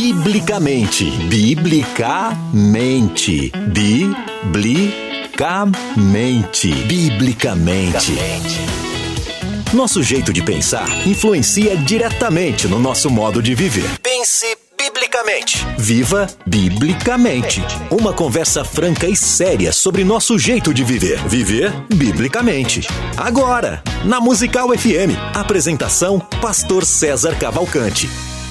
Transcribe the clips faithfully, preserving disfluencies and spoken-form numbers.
Biblicamente. Biblicamente. Biblicamente. Biblicamente. Nosso jeito de pensar influencia diretamente no nosso modo de viver. Pense biblicamente. Viva biblicamente. Uma conversa franca e séria sobre nosso jeito de viver. Viver biblicamente. Agora, na Musical F M. Apresentação: Pastor César Cavalcante.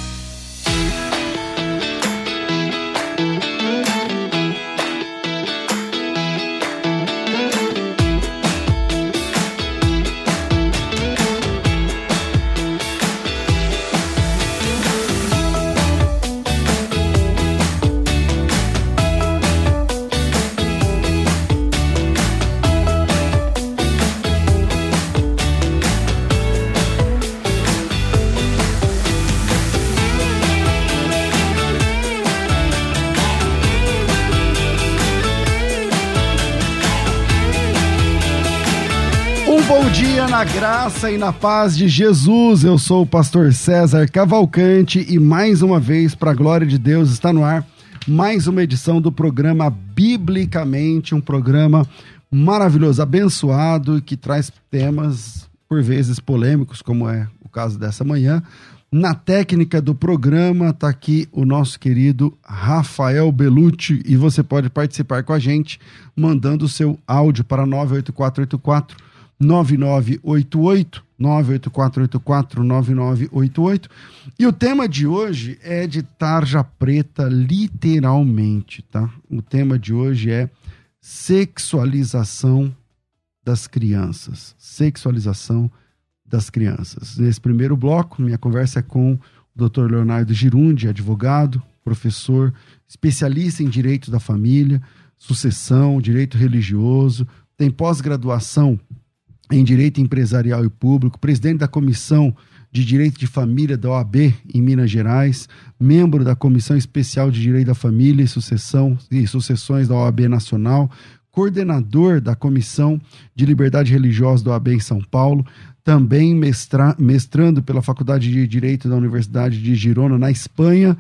Bom dia na graça e na paz de Jesus. Eu sou o pastor César Cavalcante e mais uma vez, para a glória de Deus, está no ar mais uma edição do programa Biblicamente, um programa maravilhoso, abençoado, que traz temas por vezes polêmicos, como é o caso dessa manhã. Na técnica do programa está aqui o nosso querido Rafael Bellucci e você pode participar com a gente mandando o seu áudio para nove oito quatro oito quatro nove nove oito oito, nove oito quatro oito quatro nove nove oito oito. E o tema de hoje é de tarja preta, literalmente, tá? O tema de hoje é sexualização das crianças. Sexualização das crianças. Nesse primeiro bloco, minha conversa é com o doutor Leonardo Girundi, advogado, professor, especialista em direito da família, sucessão, direito religioso, tem pós-graduação em Direito Empresarial e Público, presidente da Comissão de Direito de Família da O A B em Minas Gerais, membro da Comissão Especial de Direito da Família e Sucessão e Sucessões da O A B Nacional, coordenador da Comissão de Liberdade Religiosa da O A B em São Paulo, também mestra, mestrando pela Faculdade de Direito da Universidade de Girona, na Espanha,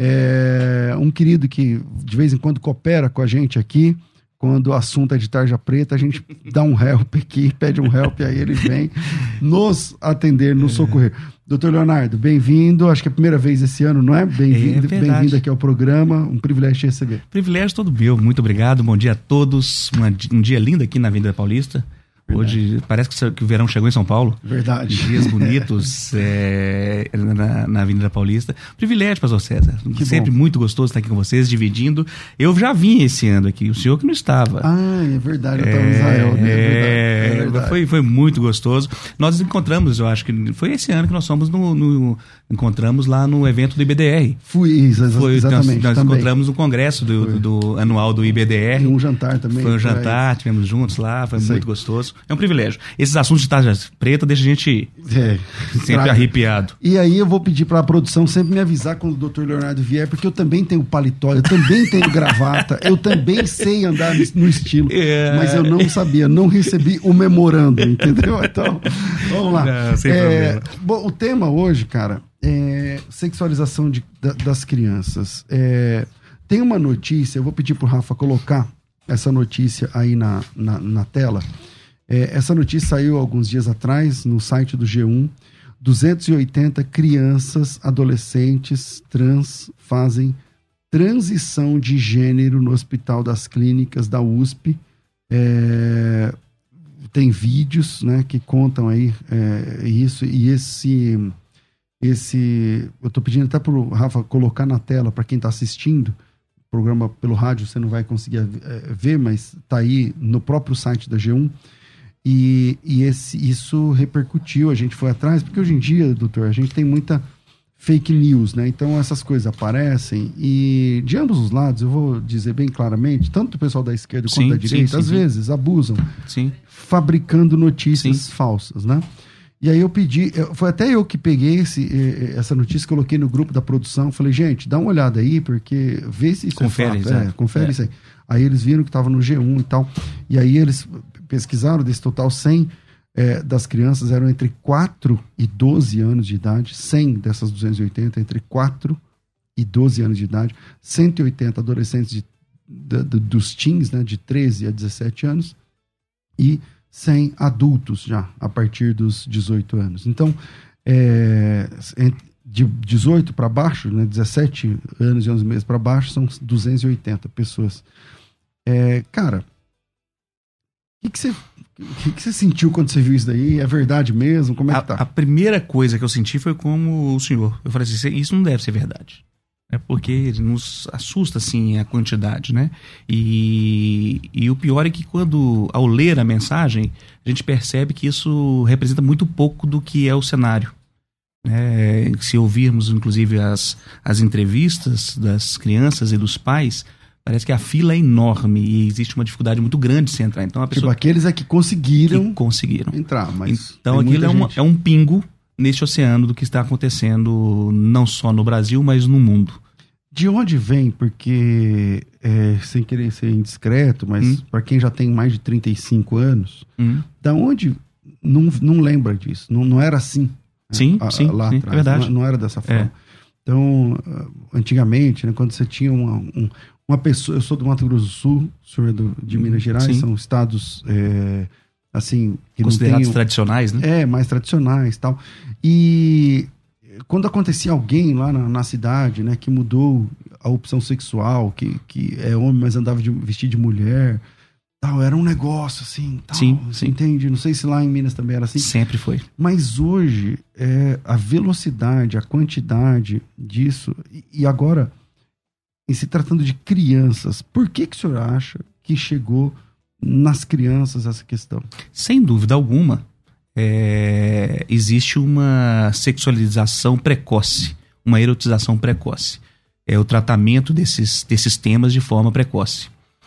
é um querido que de vez em quando coopera com a gente aqui. Quando o assunto é de tarja preta, a gente dá um help aqui, pede um help, aí ele vem nos atender, nos socorrer. Doutor Leonardo, bem-vindo. Acho que é a primeira vez esse ano, não é? Bem-vindo, é bem-vindo aqui ao programa. Um privilégio te receber. Privilégio todo meu. Muito obrigado. Bom dia a todos. Uma, um dia lindo aqui na Avenida Paulista. Verdade. Hoje parece que o verão chegou em São Paulo. Verdade. Dias bonitos é, na, na Avenida Paulista. Privilégio, pastor César. Que sempre bom. Muito gostoso estar aqui com vocês, dividindo. Eu já vim esse ano aqui, o senhor que não estava. Ah, é verdade, eu estava em Israel. Né? É, é, é verdade. Foi, foi muito gostoso. Nós nos encontramos, eu acho que foi esse ano que nós fomos no, no encontramos lá no evento do I B D R. Fui, exa- foi, exatamente. Nós, nós encontramos no congresso do, do, do anual do I B D R. E um jantar também. Foi um jantar, tivemos juntos lá, foi Isso muito aí. gostoso. É um privilégio. Esses assuntos de tarja preta deixam a gente é, sempre traga. arrepiado. E aí eu vou pedir para a produção sempre me avisar quando o doutor Leonardo vier, porque eu também tenho paletó, eu também tenho gravata, eu também sei andar no estilo, é... mas eu não sabia, não recebi o memorando, entendeu? Então, vamos lá. Não, sem é, problema. Bom, o tema hoje, cara, é sexualização de, da, das crianças. É, tem uma notícia, eu vou pedir para o Rafa colocar essa notícia aí na, na, na tela. É, essa notícia saiu alguns dias atrás no site do G um. duzentas e oitenta crianças, adolescentes trans fazem transição de gênero no Hospital das Clínicas da U S P. É, tem vídeos, né, que contam aí é, isso. E esse, esse... Eu estou pedindo até para o Rafa colocar na tela para quem está assistindo. O programa pelo rádio você não vai conseguir é, ver, mas está aí no próprio site da G um. E, e esse, isso repercutiu, a gente foi atrás, porque hoje em dia, doutor, a gente tem muita fake news, né? Então essas coisas aparecem e de ambos os lados, eu vou dizer bem claramente, tanto o pessoal da esquerda quanto sim, da direita, sim, sim, às sim. vezes abusam, sim. fabricando notícias sim. falsas, né? E aí eu pedi, foi até eu que peguei esse, essa notícia, coloquei no grupo da produção, falei, gente, dá uma olhada aí, porque vê se isso confere, é fato. É, confere é. isso aí. Aí eles viram que estava no G um e tal, e aí eles pesquisaram, desse total cem é, das crianças eram entre quatro e doze anos de idade, cem dessas duzentas e oitenta entre quatro e doze anos de idade, cento e oitenta adolescentes de, de, de, dos teens, né, de treze a dezessete anos, e cem adultos já, a partir dos dezoito anos. Então, é, de dezoito para baixo, né, dezessete anos e onze meses para baixo, são duzentas e oitenta pessoas. É, cara, o que, que, você, que, que você sentiu quando você viu isso daí? É verdade mesmo? Como é a, que tá? A primeira coisa que eu senti foi como o senhor. Eu falei assim, isso não deve ser verdade. É porque nos assusta, assim, a quantidade, né? E, e o pior é que quando, ao ler a mensagem, a gente percebe que isso representa muito pouco do que é o cenário. É, se ouvirmos, inclusive, as, as entrevistas das crianças e dos pais, parece que a fila é enorme e existe uma dificuldade muito grande de se entrar. Então, a pessoa tipo, aqueles é que conseguiram, que conseguiram. entrar, mas então aquilo é, uma, é um pingo neste oceano do que está acontecendo não só no Brasil, mas no mundo. De onde vem? Porque, é, sem querer ser indiscreto, mas hum. para quem já tem mais de trinta e cinco anos, hum. da onde não, não lembra disso? Não, não era assim. Sim, a, sim, lá sim atrás. É verdade. Não, não era dessa forma. É. Então, antigamente, né, quando você tinha uma, um, uma pessoa... Eu sou do Mato Grosso do Sul, o senhor é do, de Minas Gerais, sim. São estados, é, assim... Que considerados não tem, tradicionais, né? É, mais tradicionais e tal. E quando acontecia alguém lá na, na cidade, né, que mudou a opção sexual, que, que é homem, mas andava de, vestido de mulher... Tal, era um negócio assim, tal, sim, você sim. entende? Não sei se lá em Minas também era assim. Sempre foi. Mas hoje, é, a velocidade, a quantidade disso, e, e agora, em se tratando de crianças, por que, que o senhor acha que chegou nas crianças essa questão? Sem dúvida alguma, é, existe uma sexualização precoce, uma erotização precoce. É o tratamento desses, desses temas de forma precoce.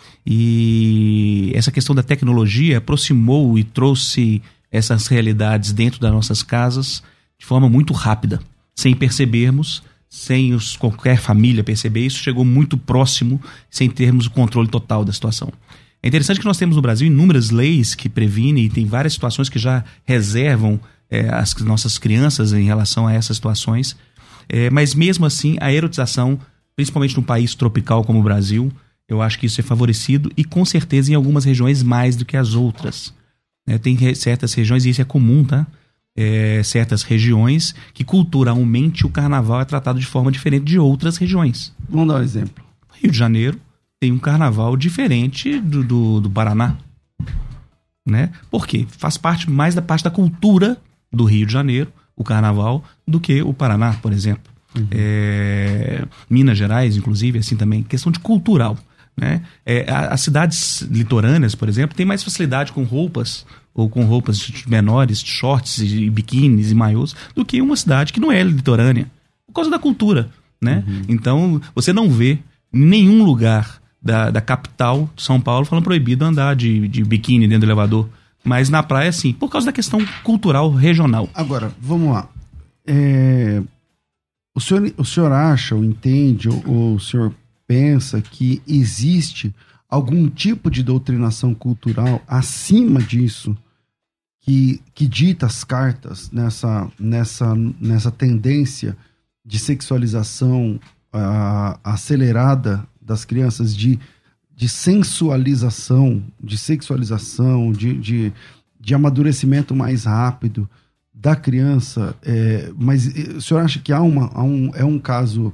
E essa questão da tecnologia aproximou e trouxe essas realidades dentro das nossas casas de forma muito rápida, sem percebermos, sem os, qualquer família perceber. Isso chegou muito próximo, sem termos o controle total da situação. É interessante que nós temos no Brasil inúmeras leis que previnem, e tem várias situações que já reservam é, as nossas crianças em relação a essas situações, é, mas mesmo assim a erotização, principalmente num país tropical como o Brasil, eu acho que isso é favorecido e com certeza em algumas regiões mais do que as outras. É, tem re- certas regiões, e isso é comum, tá? É, certas regiões que culturalmente o carnaval é tratado de forma diferente de outras regiões. Vamos dar um exemplo. Rio de Janeiro tem um carnaval diferente do, do, do Paraná. Né? Por quê? Faz parte mais da parte da cultura do Rio de Janeiro, o carnaval, do que o Paraná, por exemplo. Uhum. É, Minas Gerais, inclusive, assim também, questão de cultural. Né? É, as cidades litorâneas, por exemplo, têm mais facilidade com roupas ou com roupas menores, shorts e biquínis e maiôs, do que uma cidade que não é litorânea, por causa da cultura. Né? Uhum. Então, você não vê em nenhum lugar da, da capital de São Paulo falando proibido andar de, de biquíni dentro do elevador, mas na praia sim, por causa da questão cultural regional. Agora, vamos lá. É... O senhor, o senhor acha, ou entende, ou, ou o senhor pensa que existe algum tipo de doutrinação cultural acima disso que, que dita as cartas nessa, nessa, nessa tendência de sexualização uh, acelerada das crianças, de, de sensualização, de sexualização, de, de, de amadurecimento mais rápido da criança? É, mas o senhor acha que há uma, há um, é um caso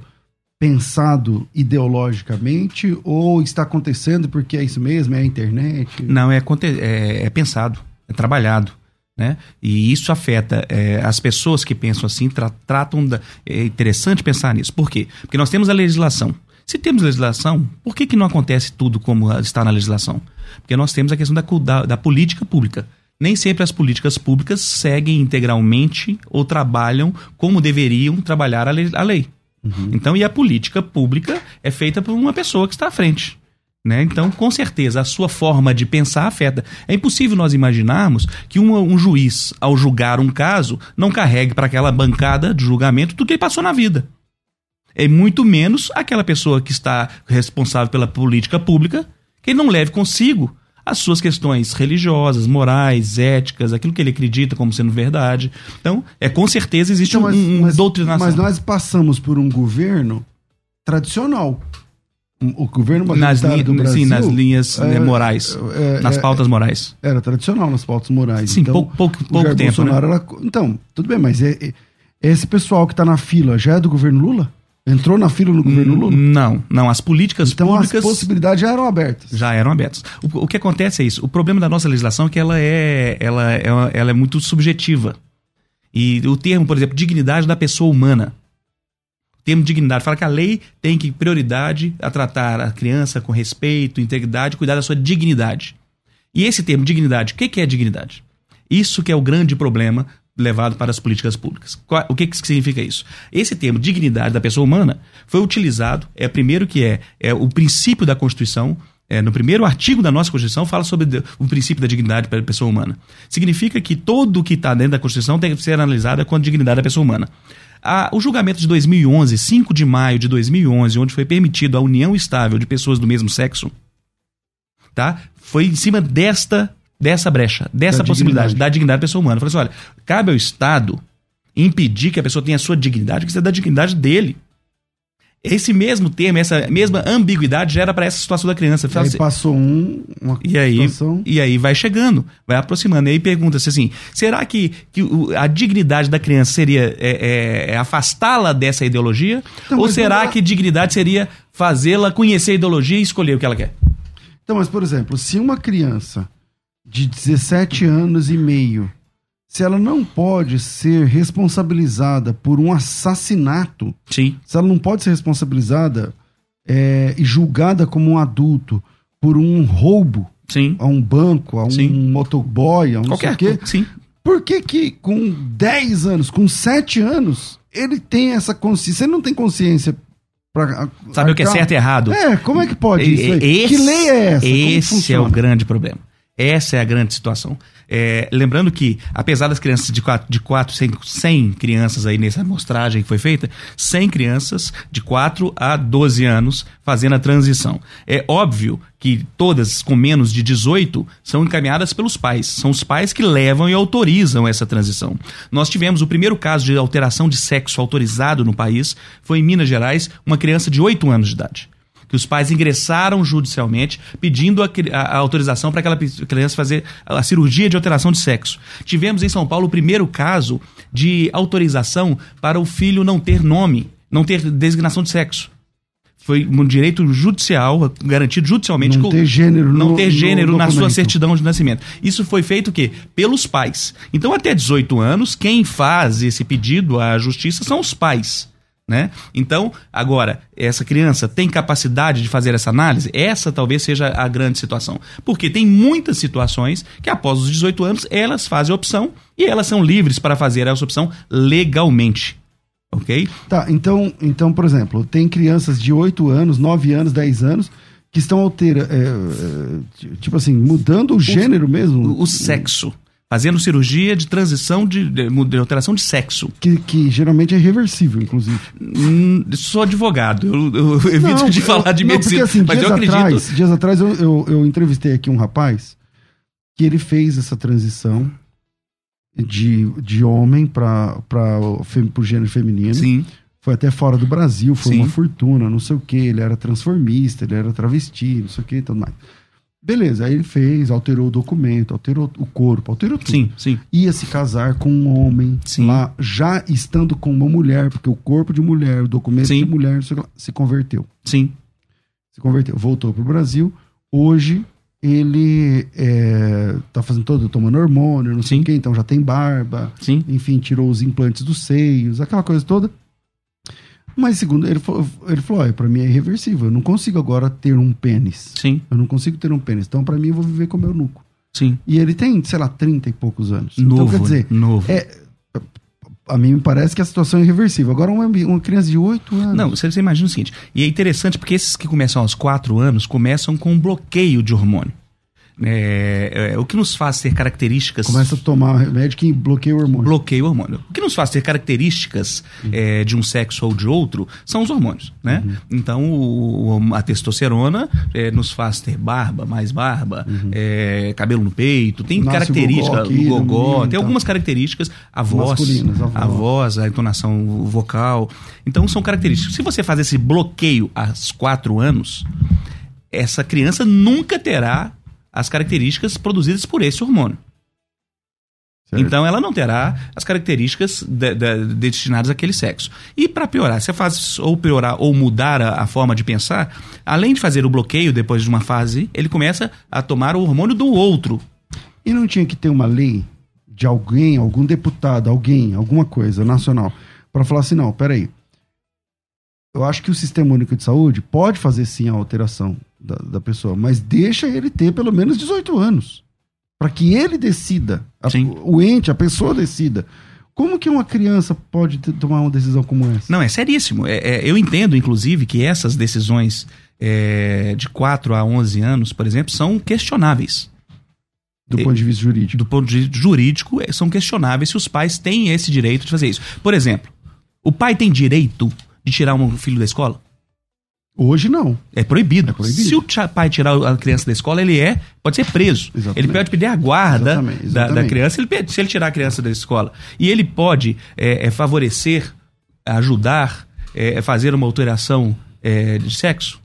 pensado ideologicamente ou está acontecendo porque é isso mesmo, é a internet? Não, é, é, é pensado, é trabalhado, né? E isso afeta é, as pessoas que pensam assim, tra, tratam da, é interessante pensar nisso. Por quê? Porque nós temos a legislação. Se temos legislação, por que que não acontece tudo como está na legislação? Porque nós temos a questão da, da, da política pública. Nem sempre as políticas públicas seguem integralmente ou trabalham como deveriam trabalhar a lei. A lei. Uhum. Então, e a política pública é feita por uma pessoa que está à frente. Né? Então, com certeza, a sua forma de pensar afeta. É impossível nós imaginarmos que um, um juiz, ao julgar um caso, não carregue para aquela bancada de julgamento tudo que ele passou na vida. É muito menos aquela pessoa que está responsável pela política pública, que ele não leve consigo as suas questões religiosas, morais, éticas, aquilo que ele acredita como sendo verdade. Então, é, com certeza existe então, mas, um, um mas, doutrinação. Mas nós passamos por um governo tradicional. O governo nas majoritário do Brasil... Sim, nas linhas é, morais, é, nas é, pautas morais. Era tradicional nas pautas morais. Sim, então, pouco, pouco, o pouco Jair tempo, Bolsonaro né? Era, então, tudo bem, mas é, é, esse pessoal que está na fila já é do governo Lula? Entrou na fila no governo Lula? Não, não. As políticas então, públicas... Então as possibilidades já eram abertas. Já eram abertas. O, o que acontece é isso. O problema da nossa legislação é que ela é, ela, é, ela é muito subjetiva. E o termo, por exemplo, dignidade da pessoa humana. O termo dignidade fala que a lei tem que prioridade a tratar a criança com respeito, integridade, cuidar da sua dignidade. E esse termo dignidade, o que, que é dignidade? Isso que é o grande problema levado para as políticas públicas. O que, que significa isso? Esse termo dignidade da pessoa humana foi utilizado, é primeiro que é, é o princípio da Constituição. É, no primeiro artigo da nossa Constituição fala sobre o princípio da dignidade da pessoa humana. Significa que tudo o que está dentro da Constituição tem que ser analisado com a dignidade da pessoa humana. Ah, o julgamento de dois mil e onze, cinco de maio de dois mil e onze, onde foi permitido a união estável de pessoas do mesmo sexo, tá? Foi em cima desta, dessa brecha, dessa da possibilidade, dignidade. da dignidade da pessoa humana. Falei assim, olha, cabe ao Estado impedir que a pessoa tenha a sua dignidade, que isso é da dignidade dele. Esse mesmo termo, essa mesma ambiguidade já era para essa situação da criança. Aí assim, passou um, uma e aí, situação... E aí vai chegando, vai aproximando. E aí pergunta-se assim, será que, que a dignidade da criança seria é, é, é afastá-la dessa ideologia? Então, ou será não... que dignidade seria fazê-la conhecer a ideologia e escolher o que ela quer? Então, mas por exemplo, se uma criança de dezessete anos e meio, se ela não pode ser responsabilizada por um assassinato, sim, se ela não pode ser responsabilizada é, e julgada como um adulto por um roubo, sim, a um banco, a um sim, motoboy, a um qualquer, não sei o quê, sim. Por que que com dez anos, com sete anos, ele tem essa consciência? Ele não tem consciência pra... Sabe o que é certo e errado? É, como é que pode isso aí? Esse, que lei é essa? Esse é o grande problema. Essa é a grande situação. É, lembrando que, apesar das crianças de quatro, de quatro cem, cem crianças aí nessa amostragem que foi feita, cem crianças de quatro a doze anos fazendo a transição. É óbvio que todas com menos de dezoito são encaminhadas pelos pais. São os pais que levam e autorizam essa transição. Nós tivemos o primeiro caso de alteração de sexo autorizado no país, foi em Minas Gerais, uma criança de oito anos de idade. Que os pais ingressaram judicialmente pedindo a, a, a autorização para aquela criança fazer a cirurgia de alteração de sexo. Tivemos em São Paulo o primeiro caso de autorização para o filho não ter nome, não ter designação de sexo. Foi um direito judicial, garantido judicialmente. Não ter gênero, não no, ter gênero no na documento. sua certidão de nascimento. Isso foi feito o quê? Pelos pais. Então, até dezoito anos, quem faz esse pedido à justiça são os pais. Né? Então, agora, essa criança tem capacidade de fazer essa análise? Essa talvez seja a grande situação. Porque tem muitas situações que após os dezoito anos elas fazem a opção e elas são livres para fazer essa opção legalmente. Ok? Tá, então, então por exemplo, tem crianças de oito anos, nove anos, dez anos que estão alterando, é, é, tipo assim, mudando o, o gênero mesmo? O, o sexo. Fazendo cirurgia de transição, de, de, de alteração de sexo. Que, que geralmente é reversível, inclusive. Hum, sou advogado, eu, eu evito não, de falar de não, medicina, porque, assim, mas dias eu acredito... Atrás, dias atrás eu, eu, eu entrevistei aqui um rapaz que ele fez essa transição de, de homem para o gênero feminino. Sim. Foi até fora do Brasil, foi Sim. uma fortuna, não sei o que, ele era transformista, ele era travesti, não sei o que e tudo mais. Beleza, aí ele fez, alterou o documento, alterou o corpo, alterou tudo. Sim, sim. Ia se casar com um homem, sim. lá já estando com uma mulher, porque o corpo de mulher, o documento sim. de mulher se converteu. Sim. Se converteu, voltou pro Brasil. Hoje ele é, tá fazendo todo, tomando hormônio, não sei sim. o quê, então já tem barba. Sim. Enfim, tirou os implantes dos seios, aquela coisa toda. Mas segundo ele falou, ele falou, olha, pra mim é irreversível, eu não consigo agora ter um pênis. Sim. Eu não consigo ter um pênis, então pra mim eu vou viver com o meu nuco. Sim. E ele tem, sei lá, trinta e poucos anos. Novo, então quer dizer, novo. É, a mim me parece que a situação é irreversível. Agora uma, uma criança de oito anos... Não, você, você imagina o seguinte, e é interessante porque esses que começam aos quatro anos começam com um bloqueio de hormônio. É, é, o que nos faz ter características... Começa a tomar remédio que bloqueia o hormônio. Bloqueia o hormônio. O que nos faz ter características uhum. é, de um sexo ou de outro são os hormônios, né? Uhum. Então, o, a testosterona é, nos faz ter barba, mais barba, uhum. é, cabelo no peito, tem Nasce características, o gogó, gogó, tem então. algumas características, a voz, a, a voz, a entonação vocal. Então, são características. Se você faz esse bloqueio aos quatro anos, essa criança nunca terá as características produzidas por esse hormônio. Certo. Então ela não terá as características de, de, destinadas àquele sexo. E para piorar, você faz ou piorar ou mudar a, a forma de pensar, além de fazer o bloqueio depois de uma fase, ele começa a tomar o hormônio do outro. E não tinha que ter uma lei de alguém, algum deputado, alguém, alguma coisa nacional, para falar assim, não, peraí, eu acho que o Sistema Único de Saúde pode fazer sim a alteração da, da pessoa, mas deixa ele ter pelo menos dezoito anos. Para que ele decida, a, o ente, a pessoa decida. Como que uma criança pode ter, tomar uma decisão como essa? Não, é seríssimo. É, é, eu entendo, inclusive, que essas decisões é, de quatro a onze anos, por exemplo, são questionáveis. Do ponto de vista jurídico. Do ponto de vista jurídico, são questionáveis se os pais têm esse direito de fazer isso. Por exemplo, o pai tem direito de tirar um filho da escola? Hoje não. É proibido. É proibido. Se o pai tirar a criança da escola, ele é, pode ser preso. Exatamente. Ele pode pedir a guarda exatamente, Da, exatamente. da criança, ele, se ele tirar a criança da escola. E ele pode é, é, favorecer, ajudar, é, fazer uma alteração é, de sexo.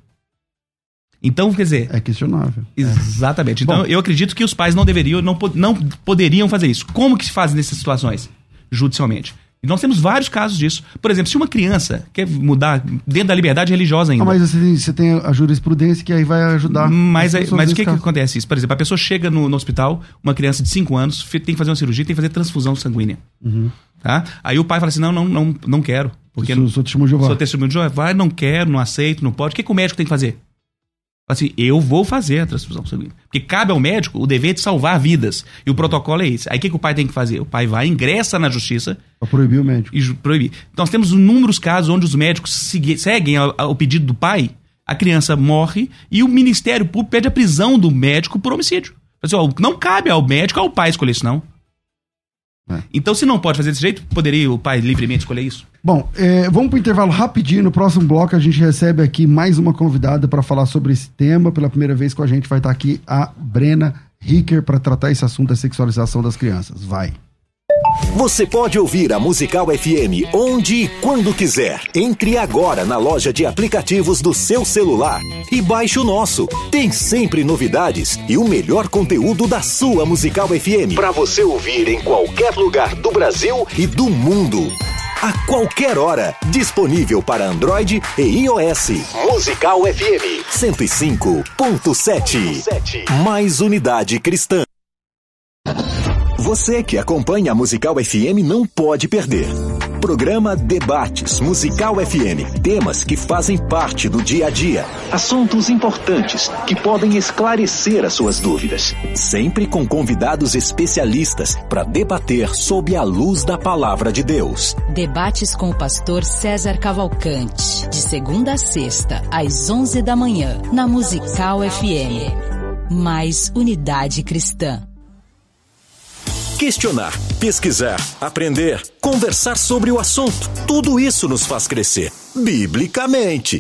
Então, quer dizer... É questionável. Exatamente. É. Então, Bom, eu acredito que os pais não deveriam, não, não poderiam fazer isso. Como que se faz nessas situações? Judicialmente. E nós temos vários casos disso. Por exemplo, se uma criança quer mudar dentro da liberdade religiosa ainda... Ah, mas você tem, você tem a jurisprudência que aí vai ajudar... Mas, aí, mas o que, que acontece isso? Por exemplo, a pessoa chega no, no hospital, uma criança de cinco anos, tem que fazer uma cirurgia, tem que fazer transfusão sanguínea. Uhum. Tá? Aí o pai fala assim, não, não, não, não quero. Porque eu sou, sou testemunho de Jeová. Sou testemunho de Jeová, não quero, não aceito, não pode. O que, que o médico tem que fazer? Assim, eu vou fazer a transfusão sanguínea. Porque cabe ao médico o dever de salvar vidas. E o protocolo é esse. Aí o que, que o pai tem que fazer? O pai vai, ingressa na justiça... Para proibir o médico. E proibir. Então nós temos inúmeros casos onde os médicos segui, seguem ao, ao pedido do pai, a criança morre e o Ministério Público pede a prisão do médico por homicídio. Assim, ó, não cabe ao médico, ao pai escolher isso, não. É. Então, se não pode fazer desse jeito, poderia o pai livremente escolher isso? Bom, é, vamos para o intervalo rapidinho. No próximo bloco a gente recebe aqui mais uma convidada para falar sobre esse tema. Pela primeira vez com a gente vai estar aqui a Brena Hicker para tratar esse assunto da sexualização das crianças. Vai. Você pode ouvir a Musical F M onde e quando quiser. Entre agora na loja de aplicativos do seu celular e baixe o nosso. Tem sempre novidades e o melhor conteúdo da sua Musical F M para você ouvir em qualquer lugar do Brasil e do mundo. A qualquer hora, disponível para Android e iOS. Musical F M cento e cinco ponto sete. Mais unidade cristã. Você que acompanha a Musical F M não pode perder. Programa Debates Musical F M. Temas que fazem parte do dia a dia. Assuntos importantes que podem esclarecer as suas dúvidas. Sempre com convidados especialistas para debater sob a luz da palavra de Deus. Debates com o pastor César Cavalcante. De segunda a sexta, às onze da manhã, na Musical F M. Mais unidade cristã. Questionar, pesquisar, aprender, conversar sobre o assunto. Tudo isso nos faz crescer, biblicamente.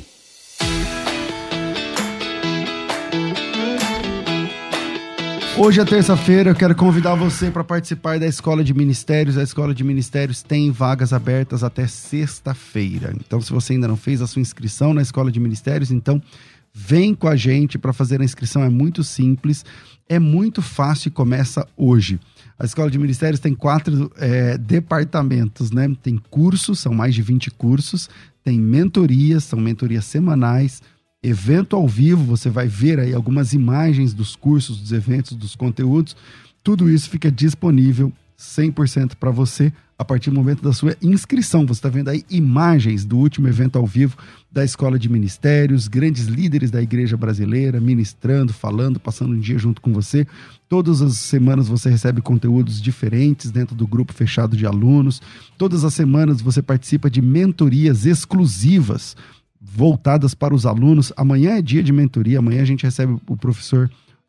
Hoje é terça-feira, eu quero convidar você para participar da Escola de Ministérios. A Escola de Ministérios tem vagas abertas até sexta-feira. Então, se você ainda não fez a sua inscrição na Escola de Ministérios, então vem com a gente para fazer a inscrição. É muito simples, é muito fácil e começa hoje. A Escola de Ministérios tem quatro é, departamentos, né? Tem cursos, são mais de vinte cursos, tem mentorias, são mentorias semanais, evento ao vivo, você vai ver aí algumas imagens dos cursos, dos eventos, dos conteúdos. Tudo isso fica disponível cem por cento para você a partir do momento da sua inscrição. Você está vendo aí imagens do último evento ao vivo da Escola de Ministérios, grandes líderes da igreja brasileira ministrando, falando, passando um dia junto com você. Todas as semanas você recebe conteúdos diferentes dentro do grupo fechado de alunos. Todas as semanas você participa de mentorias exclusivas voltadas para os alunos. Amanhã é dia de mentoria, amanhã a gente recebe o professor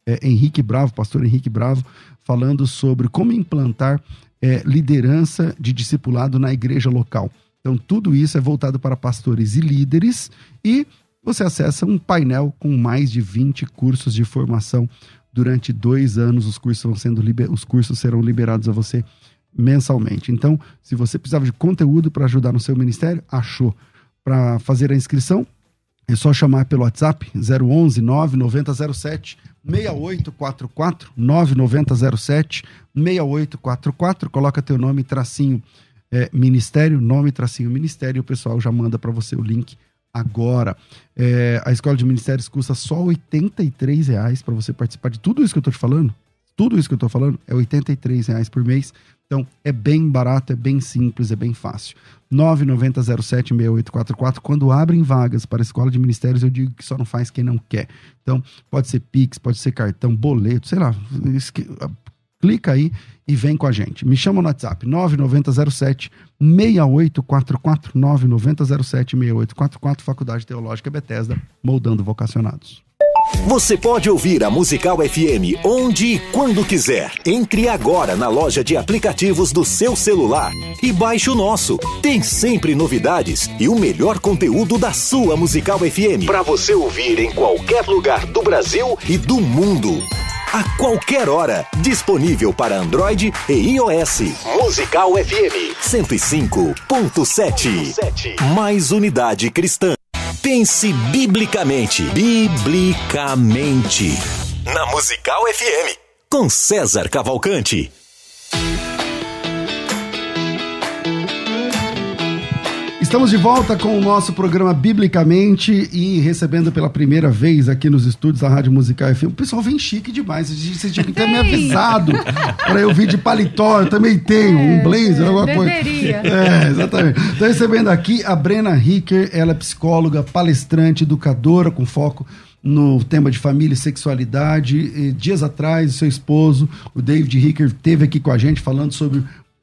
é, Henrique Bravo, pastor Henrique Bravo, falando sobre como implantar é, liderança de discipulado na igreja local. Então, tudo isso é voltado para pastores e líderes, e você acessa um painel com mais de vinte cursos de formação durante dois anos. Os cursos, vão sendo liber... Os cursos serão liberados a você mensalmente. Então, se você precisava de conteúdo para ajudar no seu ministério, achou. Para fazer a inscrição, é só chamar pelo WhatsApp zero onze, nove nove zero zero sete, seis oito quatro quatro, nove nove zero sete, seis oito quatro quatro, coloca teu nome, tracinho é, ministério, nome, tracinho ministério, e o pessoal já manda para você o link agora. É, a Escola de Ministérios custa só oitenta e três reais para você participar de tudo isso que eu tô te falando. Tudo isso que eu tô falando é oitenta e três reais por mês. Então, é bem barato, é bem simples, é bem fácil. nove nove zero sete, seis oito quatro quatro. Quando abrem vagas para a Escola de Ministérios, eu digo que só não faz quem não quer. Então, pode ser Pix, pode ser cartão, boleto, sei lá. Clica aí e vem com a gente. Me chama no WhatsApp, nove nove zero sete, seis oito quatro quatro, nove nove zero sete, seis oito quatro quatro, Faculdade Teológica Bethesda, moldando vocacionados. Você pode ouvir a Musical F M onde e quando quiser. Entre agora na loja de aplicativos do seu celular e baixe o nosso. Tem sempre novidades e o melhor conteúdo da sua Musical F M para você ouvir em qualquer lugar do Brasil e do mundo. A qualquer hora, disponível para Android e iOS. Musical F M cento e cinco ponto sete. Mais unidade cristã. Pense biblicamente. Biblicamente. Na Musical F M. Com César Cavalcante. Estamos de volta com o nosso programa Biblicamente e recebendo pela primeira vez aqui nos estúdios da Rádio Musical F M. O pessoal vem chique demais. Vocês tinham que ter me avisado para eu vir de paletó. Eu também tenho é, um blazer, alguma deveria. coisa. É, exatamente. Estou recebendo aqui a Brena Hicker. Ela é psicóloga, palestrante, educadora com foco no tema de família e sexualidade. E dias atrás, o seu esposo, o David Hicker, esteve aqui com a gente falando sobre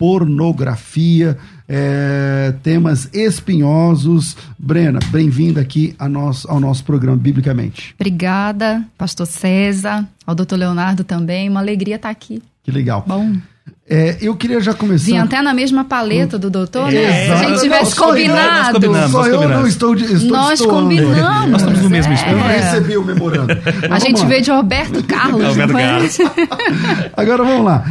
pornografia, é, temas espinhosos. Brena, bem-vinda aqui a nós, ao nosso programa Biblicamente. Obrigada, pastor César, ao doutor Leonardo também, uma alegria estar aqui. Que legal. Bom. É, eu queria já começar... Vim até na mesma paleta do doutor, é, né? Se a gente tivesse não, combinado. Nós combinamos, Só nós eu combinamos. não estou, de, estou Nós combinamos. Nós estamos no mesmo é. espírito. Eu não recebi o memorando. A gente veio de Roberto Carlos. Roberto Carlos. Agora vamos lá.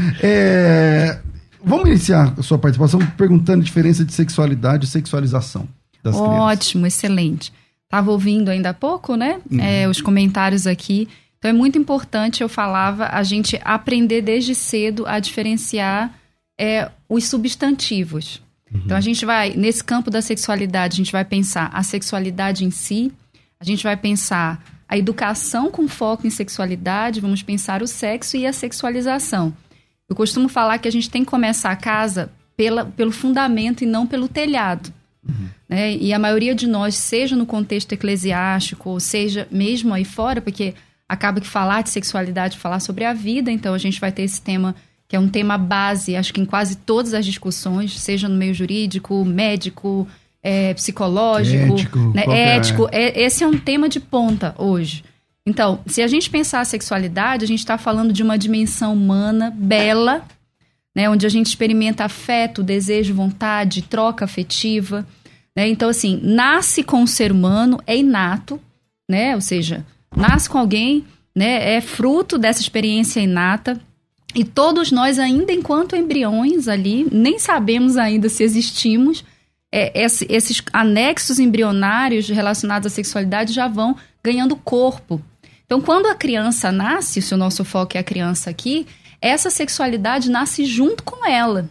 É... Vamos iniciar a sua participação perguntando a diferença de sexualidade e sexualização das crianças. Ótimo, excelente. Estava ouvindo ainda há pouco, né? Uhum. É, os comentários aqui. Então é muito importante, eu falava, a gente aprender desde cedo a diferenciar é, os substantivos. Uhum. Então a gente vai, nesse campo da sexualidade, a gente vai pensar a sexualidade em si, a gente vai pensar a educação com foco em sexualidade, vamos pensar o sexo e a sexualização. Eu costumo falar que a gente tem que começar a casa pela, pelo fundamento e não pelo telhado. Uhum. Né? E a maioria de nós, seja no contexto eclesiástico, ou seja mesmo aí fora, porque acaba que falar de sexualidade, falar sobre a vida, então a gente vai ter esse tema, que é um tema base, acho que em quase todas as discussões, seja no meio jurídico, médico, é, psicológico, ético, né? qualquer... ético. É, esse é um tema de ponta hoje. Então, se a gente pensar a sexualidade, a gente está falando de uma dimensão humana bela, né, onde a gente experimenta afeto, desejo, vontade, troca afetiva. Né? Então, assim, nasce com o ser humano, é inato, né? Ou seja, nasce com alguém, né? É fruto dessa experiência inata. E todos nós, ainda enquanto embriões ali, nem sabemos ainda se existimos, é, esse, esses anexos embrionários relacionados à sexualidade já vão ganhando corpo. Então, quando a criança nasce, se o nosso foco é a criança aqui, essa sexualidade nasce junto com ela.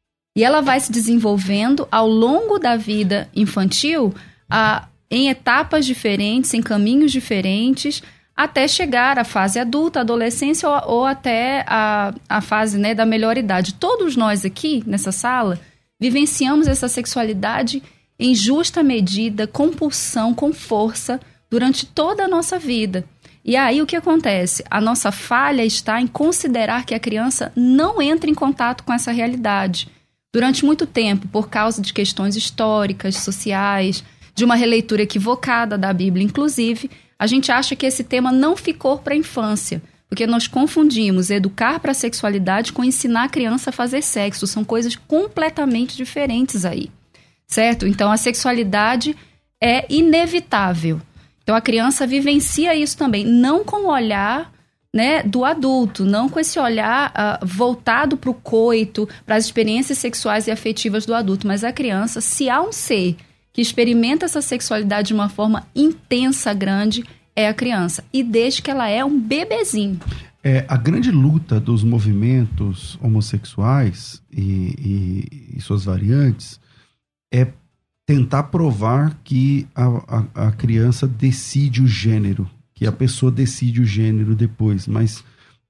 E ela vai se desenvolvendo ao longo da vida infantil, a, em etapas diferentes, em caminhos diferentes, até chegar à fase adulta, adolescência ou, ou até a, a fase, né, da melhor idade. Todos nós aqui, nessa sala, vivenciamos essa sexualidade em justa medida, com pulsão, com força, durante toda a nossa vida. E aí o que acontece? A nossa falha está em considerar que a criança não entra em contato com essa realidade. Durante muito tempo, por causa de questões históricas, sociais, de uma releitura equivocada da Bíblia, inclusive, a gente acha que esse tema não ficou para a infância. Porque nós confundimos educar para a sexualidade com ensinar a criança a fazer sexo. São coisas completamente diferentes aí, certo? Então, a sexualidade é inevitável. Então, a criança vivencia isso também, não com o olhar, né, do adulto, não com esse olhar uh, voltado para o coito, para as experiências sexuais e afetivas do adulto, mas a criança, se há um ser que experimenta essa sexualidade de uma forma intensa, grande, é a criança. E desde que ela é um bebezinho. É, a grande luta dos movimentos homossexuais e, e, e suas variantes é tentar provar que a, a, a criança decide o gênero, que a pessoa decide o gênero depois, mas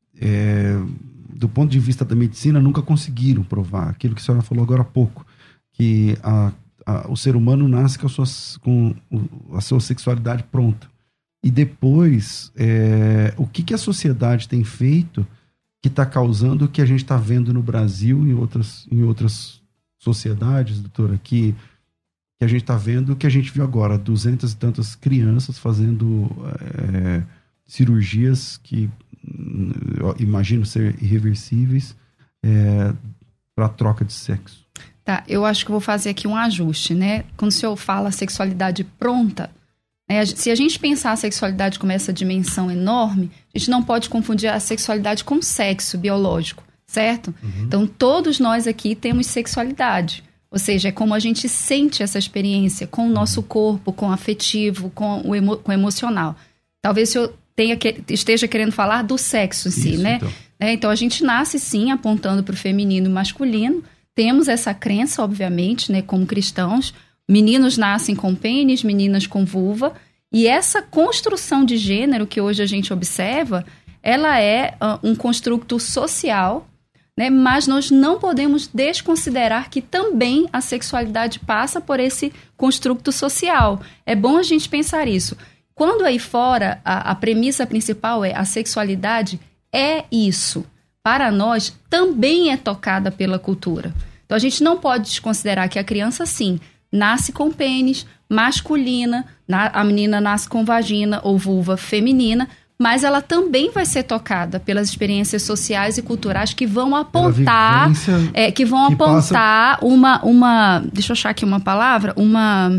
é, do ponto de vista da medicina nunca conseguiram provar aquilo que a senhora falou agora há pouco, que a, a, o ser humano nasce com a sua, com a sua sexualidade pronta. E depois, é, o que, que a sociedade tem feito que está causando o que a gente está vendo no Brasil e em outras, em outras sociedades, doutora, que, que a gente está vendo o que a gente viu agora, duzentas e tantas crianças fazendo é, cirurgias que eu imagino ser irreversíveis é, para troca de sexo. Tá, eu acho que vou fazer aqui um ajuste, né? Quando o senhor fala sexualidade pronta, É, se a gente pensar a sexualidade como essa dimensão enorme, a gente não pode confundir a sexualidade com sexo biológico, certo? Uhum. Então, todos nós aqui temos sexualidade. Ou seja, é como a gente sente essa experiência com o nosso corpo, com o afetivo, com o, emo, com o emocional. Talvez o senhor tenha que, esteja querendo falar do sexo em si, Isso, né? Então. É, então, a gente nasce, sim, apontando para o feminino e masculino. Temos essa crença, obviamente, né, como cristãos. Meninos nascem com pênis, meninas com vulva, e essa construção de gênero que hoje a gente observa, ela é uh, um construto social, né? Mas nós não podemos desconsiderar que também a sexualidade passa por esse construto social. É bom a gente pensar isso. Quando aí fora, a, a premissa principal é a sexualidade é isso. Para nós, também é tocada pela cultura. Então, a gente não pode desconsiderar que a criança, sim, nasce com pênis, masculina, na, a menina nasce com vagina ou vulva feminina, mas ela também vai ser tocada pelas experiências sociais e culturais que vão apontar, é, que vão que apontar passa... uma, uma, deixa eu achar aqui uma palavra, uma...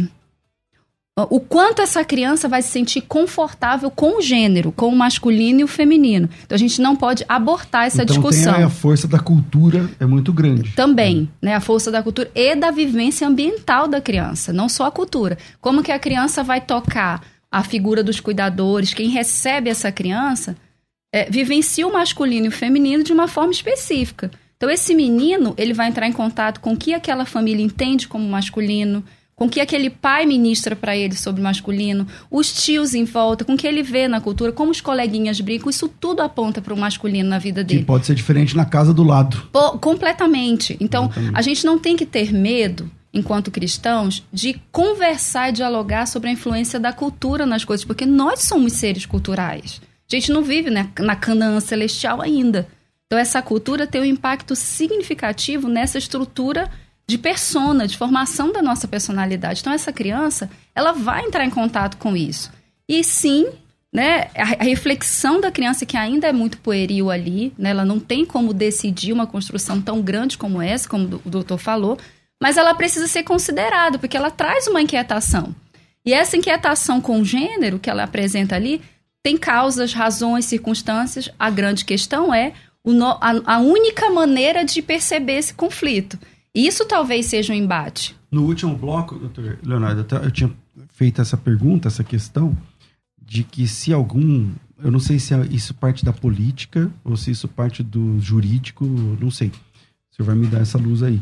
o quanto essa criança vai se sentir confortável com o gênero, com o masculino e o feminino. Então, a gente não pode abortar essa então, discussão. Tem a força da cultura é muito grande. Também, né? A força da cultura e da vivência ambiental da criança, não só a cultura. Como que a criança vai tocar a figura dos cuidadores, quem recebe essa criança, é, vivencia o masculino e o feminino de uma forma específica. Então, esse menino, ele vai entrar em contato com o que aquela família entende como masculino, com o que aquele pai ministra para ele sobre o masculino, os tios em volta, com o que ele vê na cultura, como os coleguinhas brincam, isso tudo aponta para o masculino na vida dele. Que pode ser diferente na casa do lado. Pô, completamente. Então, Exatamente. A gente não tem que ter medo, enquanto cristãos, de conversar e dialogar sobre a influência da cultura nas coisas, porque nós somos seres culturais. A gente não vive, né, na Canaã celestial ainda. Então, essa cultura tem um impacto significativo nessa estrutura de persona, de formação da nossa personalidade. Então, essa criança, ela vai entrar em contato com isso. E sim, né, a, a reflexão da criança, que ainda é muito pueril ali, né, ela não tem como decidir uma construção tão grande como essa, como o doutor falou, mas ela precisa ser considerada, porque ela traz uma inquietação. E essa inquietação com o gênero que ela apresenta ali tem causas, razões, circunstâncias. A grande questão é o no, a, a única maneira de perceber esse conflito. Isso talvez seja um embate. No último bloco, doutor Leonardo, eu tinha feito essa pergunta, essa questão, de que se algum... Eu não sei se isso parte da política ou se isso parte do jurídico, não sei. O senhor vai me dar essa luz aí.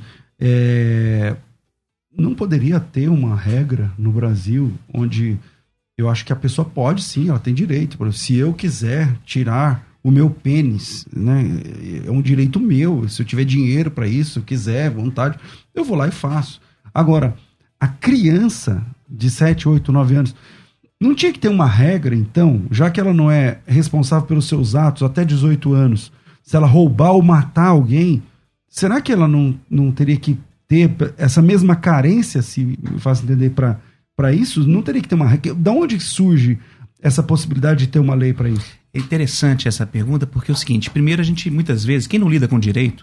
É, não poderia ter uma regra no Brasil onde eu acho que a pessoa pode, sim, ela tem direito. Se eu quiser tirar o meu pênis, né, é um direito meu. Se eu tiver dinheiro para isso, se eu quiser, vontade, eu vou lá e faço. Agora, a criança de sete, oito, nove anos, não tinha que ter uma regra, então, já que ela não é responsável pelos seus atos até dezoito anos, se ela roubar ou matar alguém, será que ela não, não teria que ter essa mesma carência, se me faço entender, para isso? Não teria que ter uma regra? De onde surge essa possibilidade de ter uma lei para isso? É interessante essa pergunta porque é o seguinte, primeiro a gente muitas vezes, quem não lida com direito,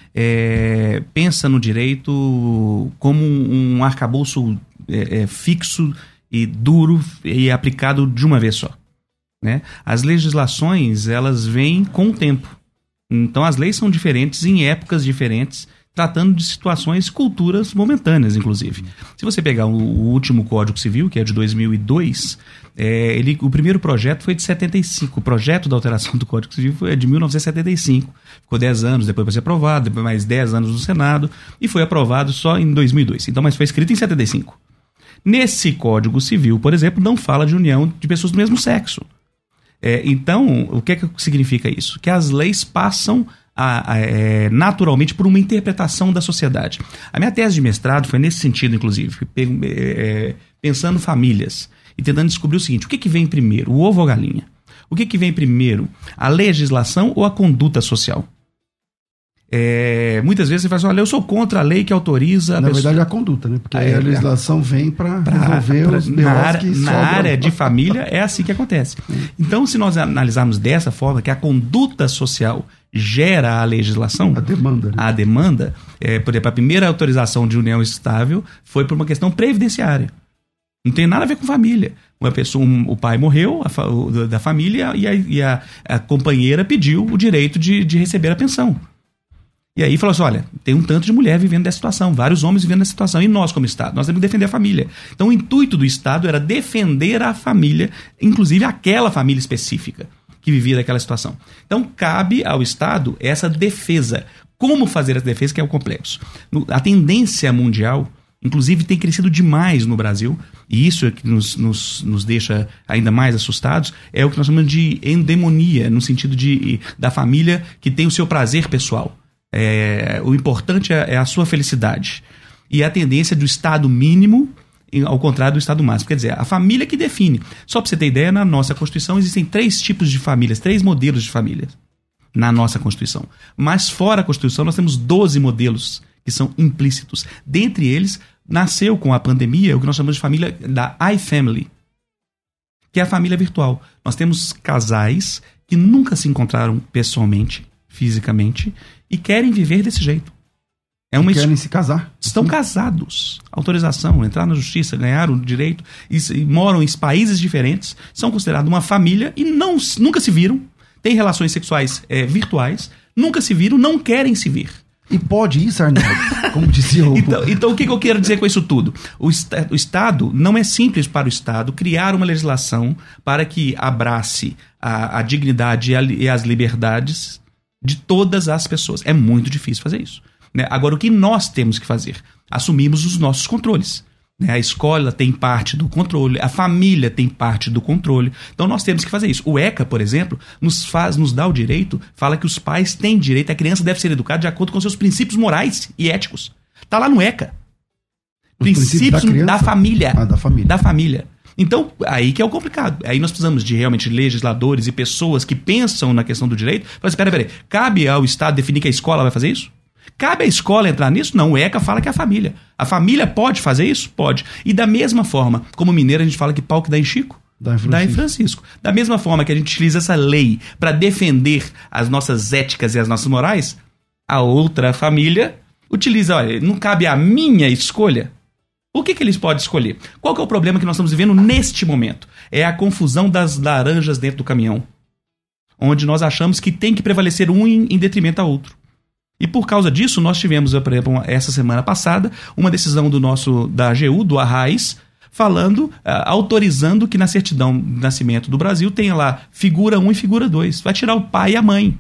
é, pensa no direito como um, um arcabouço é, é, fixo e duro e aplicado de uma vez só, né? As legislações, elas vêm com o tempo. Então as leis são diferentes em épocas diferentes, tratando de situações, culturas momentâneas, inclusive. Se você pegar o, o último Código Civil, que é de dois mil e dois, é, ele, o primeiro projeto foi de setenta e cinco. O projeto da alteração do Código Civil foi de mil novecentos e setenta e cinco. Ficou dez anos depois para ser aprovado, depois mais dez anos no Senado, e foi aprovado só em dois mil e dois. Então, mas foi escrito em setenta e cinco. Nesse Código Civil, por exemplo, não fala de união de pessoas do mesmo sexo. É, então, o que, é que significa isso? Que as leis passam A, a, é, naturalmente por uma interpretação da sociedade. A minha tese de mestrado foi nesse sentido, inclusive, é, pensando famílias e tentando descobrir o seguinte: o que, que vem primeiro, o ovo ou a galinha? O que, que vem primeiro, a legislação ou a conduta social? É, muitas vezes você fala assim, olha, eu sou contra a lei que autoriza... A Na pessoa... verdade é a conduta, né? Porque é, a legislação vem para resolver pra, os na área, que na sobram. área de família é assim que acontece. Então, se nós analisarmos dessa forma, que a conduta social gera a legislação... A demanda. Né? A demanda, é, por exemplo, a primeira autorização de união estável foi por uma questão previdenciária. Não tem nada a ver com família. Uma pessoa, um, o pai morreu a, o, da família e, a, e a, a companheira pediu o direito de, de receber a pensão. E aí falou assim, olha, tem um tanto de mulher vivendo dessa situação, vários homens vivendo dessa situação, e nós como Estado, nós temos que defender a família. Então o intuito do Estado era defender a família, inclusive aquela família específica que vivia daquela situação. Então cabe ao Estado essa defesa. Como fazer essa defesa, que é o complexo. A tendência mundial, inclusive, tem crescido demais no Brasil, e isso é que nos, nos, nos deixa ainda mais assustados, é o que nós chamamos de endemonia, no sentido de, da família que tem o seu prazer pessoal. É, o importante é, é a sua felicidade. E a tendência do Estado mínimo, ao contrário do Estado máximo. Quer dizer, a família que define. Só para você ter ideia, na nossa Constituição existem três tipos de famílias, três modelos de famílias na nossa Constituição. Mas fora a Constituição nós temos doze modelos que são implícitos. Dentre eles, nasceu com a pandemia o que nós chamamos de família da iFamily, que é a família virtual. Nós temos casais que nunca se encontraram pessoalmente, fisicamente, e querem viver desse jeito. É uma querem es... se casar. Estão Sim. casados. Autorização, entrar na justiça, ganharam o direito, e, e moram em países diferentes, são considerados uma família e não, nunca se viram, têm relações sexuais é, virtuais, nunca se viram, não querem se ver. E pode isso, Arnaldo, como dizia o... Então, então o que eu quero dizer com isso tudo? O, est- o Estado, não é simples para o Estado criar uma legislação para que abrace a, a dignidade e, a, e as liberdades de todas as pessoas. É muito difícil fazer isso. Né? Agora, o que nós temos que fazer? Assumirmos os nossos controles. Né? A escola tem parte do controle, a família tem parte do controle. Então, nós temos que fazer isso. O ECA, por exemplo, nos, faz, nos dá o direito, fala que os pais têm direito, a criança deve ser educada de acordo com seus princípios morais e éticos. Está lá no ECA. Os princípios, princípios da, da família. Ah, da família. Da família. Então, aí que é o complicado. Aí nós precisamos de realmente legisladores e pessoas que pensam na questão do direito. Fala assim, peraí, peraí, cabe ao Estado definir que a escola vai fazer isso? Cabe à escola entrar nisso? Não, o ECA fala que é a família. A família pode fazer isso? Pode. E da mesma forma, como mineiro a gente fala que pau que dá em Chico, dá em Francisco. Dá em Francisco. Da mesma forma que a gente utiliza essa lei para defender as nossas éticas e as nossas morais, a outra família utiliza, olha, não cabe a minha escolha. O que, que eles podem escolher? Qual que é o problema que nós estamos vivendo neste momento? É a confusão das laranjas dentro do caminhão, onde nós achamos que tem que prevalecer um em, em detrimento ao outro. E por causa disso, nós tivemos, por exemplo, essa semana passada, uma decisão do nosso, da A G U, do Arraiz, falando, uh, autorizando que na certidão de nascimento do Brasil tenha lá figura um e figura dois. Vai tirar o pai e a mãe.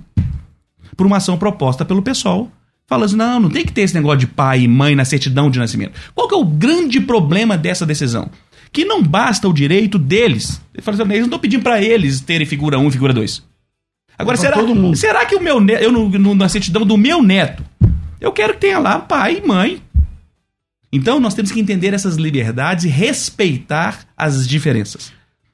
Por uma ação proposta pelo PSOL, falando assim, não, não tem que ter esse negócio de pai e mãe na certidão de nascimento. Qual que é o grande problema dessa decisão? Que não basta o direito deles. Eles não estão pedindo para eles terem figura um e figura dois. Agora, será, será que o meu neto, eu no, no, na certidão do meu neto, eu quero que tenha lá pai e mãe. Então, nós temos que entender essas liberdades e respeitar as diferenças.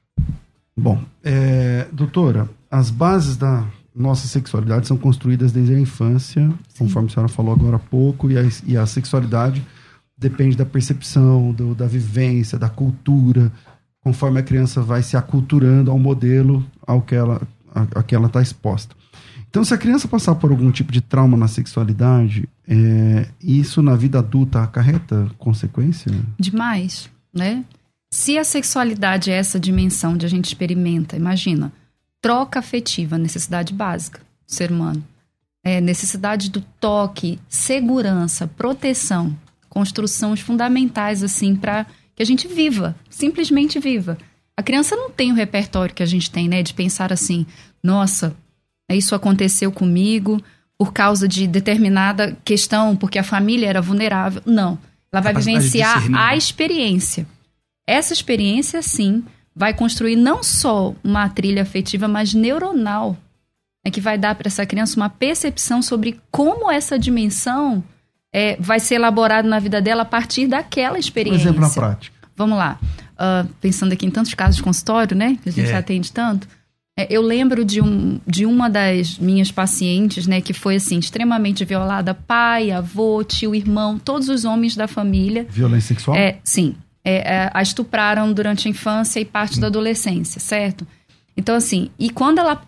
Bom, é, doutora, as bases da nossa sexualidade são construídas desde a infância, Sim. conforme a senhora falou agora há pouco, e a, e a sexualidade depende da percepção, do, da vivência, da cultura, conforme a criança vai se aculturando ao modelo ao que ela, a, a que ela está exposta. Então, se a criança passar por algum tipo de trauma na sexualidade, é, isso na vida adulta acarreta consequência? Demais, né? Se a sexualidade é essa dimensão de a gente experimenta, imagina, troca afetiva, necessidade básica do ser humano, é, necessidade do toque, segurança, proteção, construções fundamentais, assim, para que a gente viva, simplesmente viva. A criança não tem o repertório que a gente tem, né, de pensar assim, nossa, isso aconteceu comigo por causa de determinada questão, porque a família era vulnerável. Não. Ela vai vivenciar a experiência. Essa experiência, sim, vai construir não só uma trilha afetiva, mas neuronal, é que vai dar para essa criança uma percepção sobre como essa dimensão é, vai ser elaborada na vida dela a partir daquela experiência. Um exemplo na prática. Vamos lá. Uh, pensando aqui em tantos casos de consultório, né? Que a gente é. atende tanto. Eu lembro de, um, de uma das minhas pacientes, né, que foi, assim, extremamente violada. Pai, avô, tio, irmão, todos os homens da família. Violência sexual? É, sim. É, é, a estupraram durante a infância e parte hum. da adolescência, certo? Então, assim, e quando ela,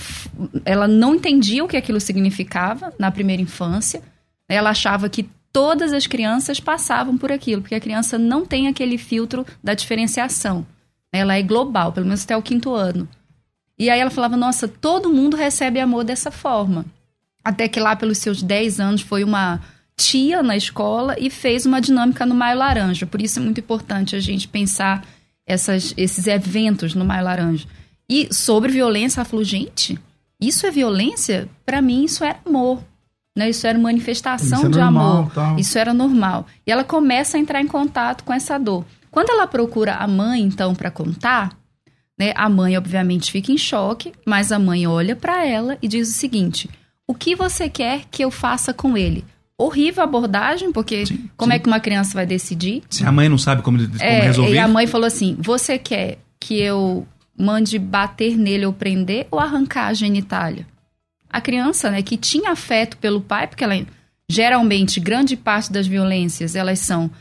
ela não entendia o que aquilo significava na primeira infância, ela achava que todas as crianças passavam por aquilo, porque a criança não tem aquele filtro da diferenciação. Ela é global, pelo menos até o quinto ano. E aí ela falava, nossa, todo mundo recebe amor dessa forma. Até que lá pelos seus dez anos foi uma tia na escola e fez uma dinâmica no Maio Laranja. Por isso é muito importante a gente pensar essas, esses eventos no Maio Laranja. E sobre violência, ela falou, gente, isso é violência? Para mim isso era amor. Né? Isso era manifestação isso é de normal, amor. Tal. Isso era normal. E ela começa a entrar em contato com essa dor. Quando ela procura a mãe, então, para contar... Né? A mãe, obviamente, fica em choque, mas a mãe olha para ela e diz o seguinte, o que você quer que eu faça com ele? Horrível abordagem, porque sim, como sim. é que uma criança vai decidir? Se a mãe não sabe como, como é, resolver. E a mãe falou assim, você quer que eu mande bater nele ou prender ou arrancar a genitália? A criança, né, que tinha afeto pelo pai, porque ela, geralmente, grande parte das violências, elas são...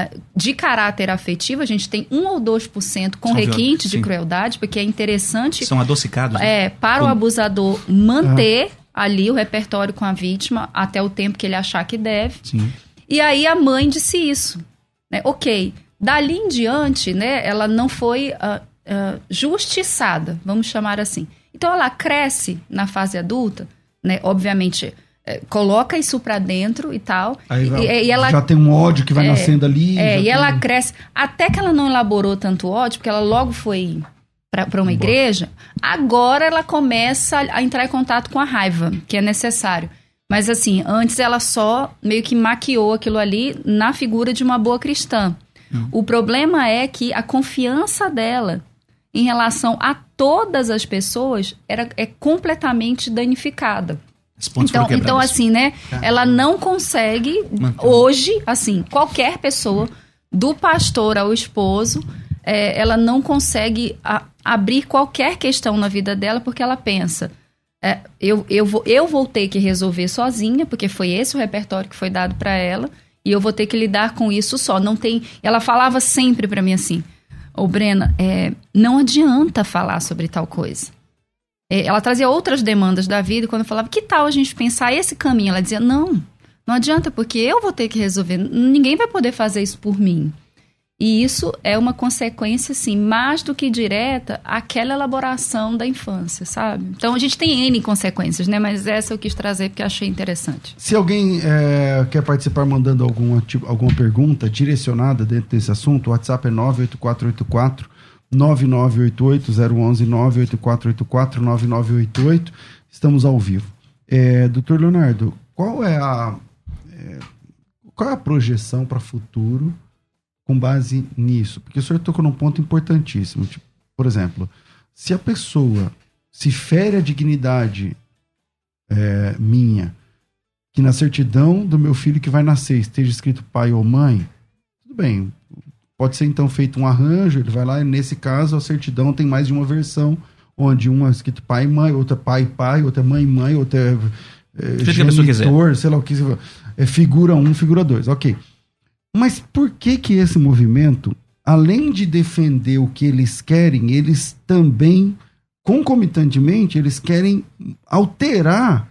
de caráter afetivo, a gente tem um ou dois por cento com requinte de crueldade, porque é interessante... São adocicados. É, para como... o abusador manter ah. ali o repertório com a vítima até o tempo que ele achar que deve. Sim. E aí a mãe disse isso. Né? Ok, dali em diante, né, ela não foi uh, uh, justiçada, vamos chamar assim. Então ela cresce na fase adulta, né, obviamente... É, coloca isso pra dentro e tal. Aí vai, e, e ela, já tem um ódio que vai é, nascendo ali. É, e tem... ela cresce. Até que ela não elaborou tanto ódio, porque ela logo foi pra, pra uma Boa. igreja, agora ela começa a entrar em contato com a raiva, que é necessário. Mas assim, antes ela só meio que maquiou aquilo ali na figura de uma boa cristã. Hum. O problema é que a confiança dela em relação a todas as pessoas era, é completamente danificada. Então, então, assim, né? Ela não consegue, Mantém. hoje, assim, qualquer pessoa, do pastor ao esposo, é, ela não consegue a, abrir qualquer questão na vida dela, porque ela pensa, é, eu, eu, vou, eu vou ter que resolver sozinha, porque foi esse o repertório que foi dado para ela, e eu vou ter que lidar com isso só. Não tem... Ela falava sempre para mim assim, ô Brena, é, não adianta falar sobre tal coisa. Ela trazia outras demandas da vida e quando eu falava, que tal a gente pensar esse caminho? Ela dizia, não, não adianta porque eu vou ter que resolver, ninguém vai poder fazer isso por mim. E isso é uma consequência, assim, mais do que direta àquela elaboração da infância, sabe? Então a gente tem N consequências, né? Mas essa eu quis trazer porque achei interessante. Se alguém é, quer participar mandando alguma, tipo, alguma pergunta direcionada dentro desse assunto, o WhatsApp é nove oito quatro oito quatro nove nove oito oito zero um um nove oito quatro oito quatro nove nove oito oito. Estamos ao vivo. É, doutor Leonardo, qual é a, é, qual é a projeção para o futuro com base nisso? Porque o senhor tocou num ponto importantíssimo. Tipo, por exemplo, se a pessoa se fere a dignidade é, minha, que na certidão do meu filho que vai nascer esteja escrito pai ou mãe, tudo bem. Pode ser, então, feito um arranjo, ele vai lá e, nesse caso, a certidão tem mais de uma versão, onde uma é escrito pai e mãe, outra é pai e pai, outra é mãe e mãe, outra é, é genitor, sei lá o que, é figura um, figura dois, ok. Mas por que que esse movimento, além de defender o que eles querem, eles também concomitantemente, eles querem alterar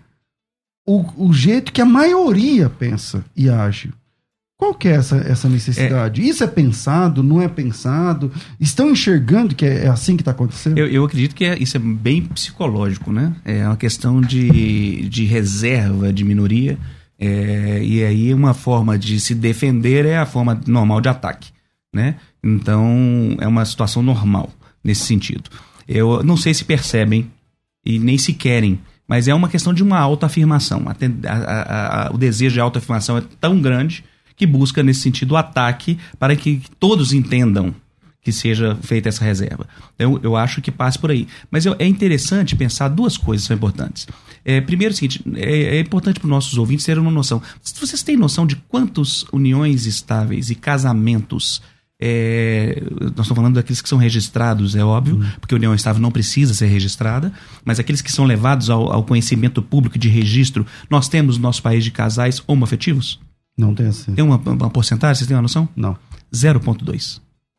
o, o jeito que a maioria pensa e age. Qual que é essa, essa necessidade? É, Isso é pensado? Não é pensado? Estão enxergando que é, é assim que está acontecendo? Eu, eu acredito que é, isso é bem psicológico, né? É uma questão de, de reserva de minoria. É, e aí uma forma de se defender é a forma normal de ataque, né? Então é uma situação normal nesse sentido. Eu não sei se percebem e nem se querem, mas é uma questão de uma autoafirmação. A, a, a, o desejo de autoafirmação é tão grande que busca, nesse sentido, o ataque para que todos entendam que seja feita essa reserva. Então, eu acho que passe por aí. Mas eu, é interessante pensar duas coisas que são importantes. É, primeiro, é o seguinte, é, é importante para os nossos ouvintes terem uma noção. Vocês têm noção de quantas uniões estáveis e casamentos, é, nós estamos falando daqueles que são registrados, é óbvio, uhum. porque a união estável não precisa ser registrada, mas aqueles que são levados ao, ao conhecimento público de registro, nós temos no nosso país de casais homoafetivos? Não tem assim. Tem uma, uma porcentagem? Vocês têm uma noção? Não. zero vírgula dois.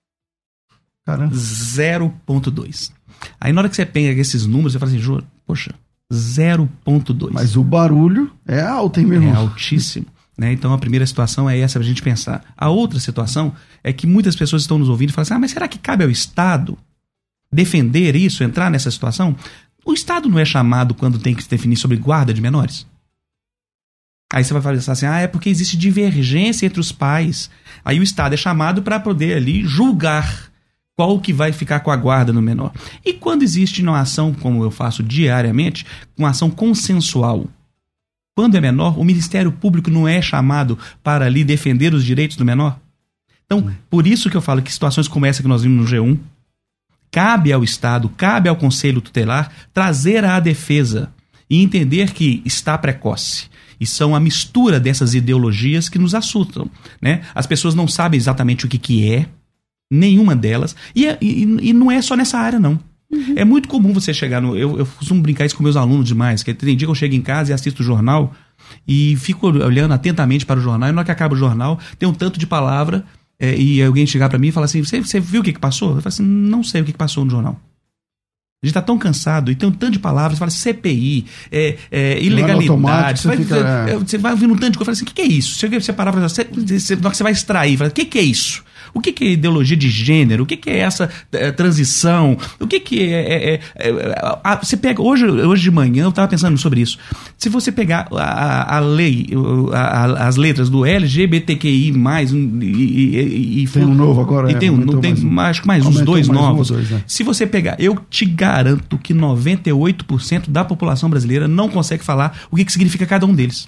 Caramba. zero vírgula dois. Aí na hora que você pega esses números, você fala assim, Jô, poxa, zero vírgula dois. Mas o barulho é alto, hein, meu irmão? É altíssimo. Né? Então a primeira situação é essa pra gente pensar. A outra situação é que muitas pessoas estão nos ouvindo e falam assim, ah, mas será que cabe ao Estado defender isso, entrar nessa situação? O Estado não é chamado quando tem que se definir sobre guarda de menores? Aí você vai falar assim, ah, é porque existe divergência entre os pais. Aí o Estado é chamado para poder ali julgar qual que vai ficar com a guarda no menor. E quando existe uma ação, como eu faço diariamente, uma ação consensual, quando é menor, o Ministério Público não é chamado para ali defender os direitos do menor? Então, por isso que eu falo que situações como essa que nós vimos no G um, cabe ao Estado, cabe ao Conselho Tutelar trazer a defesa e entender que está precoce. E são a mistura dessas ideologias que nos assustam, né? As pessoas não sabem exatamente o que, que é, nenhuma delas, e, é, e, e não é só nessa área, não. Uhum. É muito comum você chegar no... Eu, eu costumo brincar isso com meus alunos demais, que tem dia que eu chego em casa e assisto o jornal e fico olhando atentamente para o jornal, e na hora que acaba o jornal, tem um tanto de palavra, é, e alguém chegar para mim e falar assim, você, você viu o que, que passou? Eu falo assim, não sei o que, que passou no jornal. A gente está tão cansado e tem um tanto de palavras, fala C P I, é, é, ilegalidade. Você vai, fica, é... você vai ouvindo um tanto de coisa, fala assim, o que, que é isso? Você, você, parar, você, você, você vai extrair, fala, o que, que é isso? O que, que é ideologia de gênero? O que, que é essa é, transição? O que, que é... é, é, é a, você pega, hoje, hoje de manhã, eu estava pensando sobre isso. Se você pegar a, a lei, a, a, as letras do L G B T Q I mais, e, e, e tem um novo agora. E é, tem um, não tem, mais, acho que mais uns dois mais novos. Um dois, né? Se você pegar, eu te garanto que noventa e oito por cento da população brasileira não consegue falar o que, que significa cada um deles.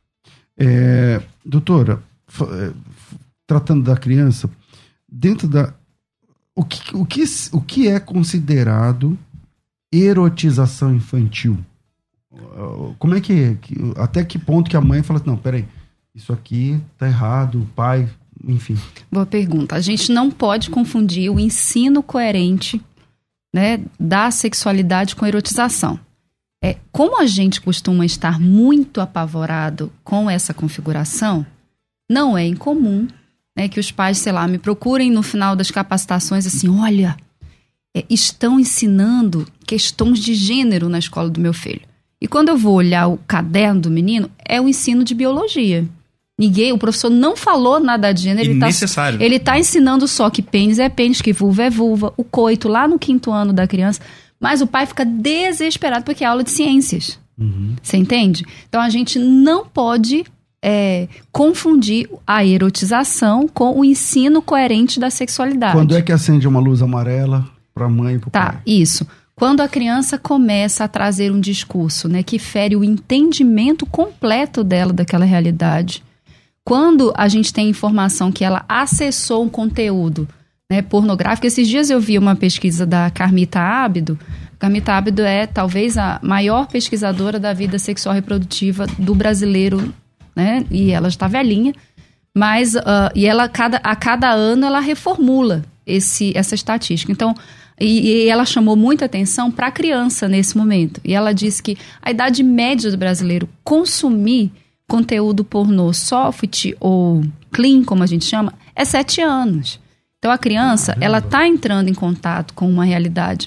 É, doutora, tratando da criança, dentro da... O que, o que, o que é considerado erotização infantil? Como é que... Até que ponto que a mãe fala, não, peraí, isso aqui tá errado, o pai, enfim. Boa pergunta. A gente não pode confundir o ensino coerente, né, da sexualidade com erotização. É, como a gente costuma estar muito apavorado com essa configuração, não é incomum, né, que os pais, sei lá, me procurem no final das capacitações assim, olha, é, estão ensinando questões de gênero na escola do meu filho. E quando eu vou olhar o caderno do menino, é o ensino de biologia. Ninguém, o professor não falou nada de gênero. Ele tá, ele tá ensinando só que pênis é pênis, que vulva é vulva, o coito lá no quinto ano da criança. Mas o pai fica desesperado porque é aula de ciências. Uhum. Você entende? Então a gente não pode é, confundir a erotização com o ensino coerente da sexualidade. Quando é que acende uma luz amarela para a mãe e para o tá, pai? Tá, isso. Quando a criança começa a trazer um discurso, né, que fere o entendimento completo dela daquela realidade. Quando a gente tem informação que ela acessou um conteúdo, né, pornográfico. Esses dias eu vi uma pesquisa da Carmita Ábido. Carmita Ábido é talvez a maior pesquisadora da vida sexual reprodutiva do brasileiro, né? E ela está velhinha, mas uh, e ela, cada, a cada ano ela reformula esse, essa estatística. Então, e, e ela chamou muita atenção para a criança nesse momento. E ela disse que a idade média do brasileiro consumir conteúdo pornô soft ou clean, como a gente chama, é sete anos. Então, a criança, ela está entrando em contato com uma realidade.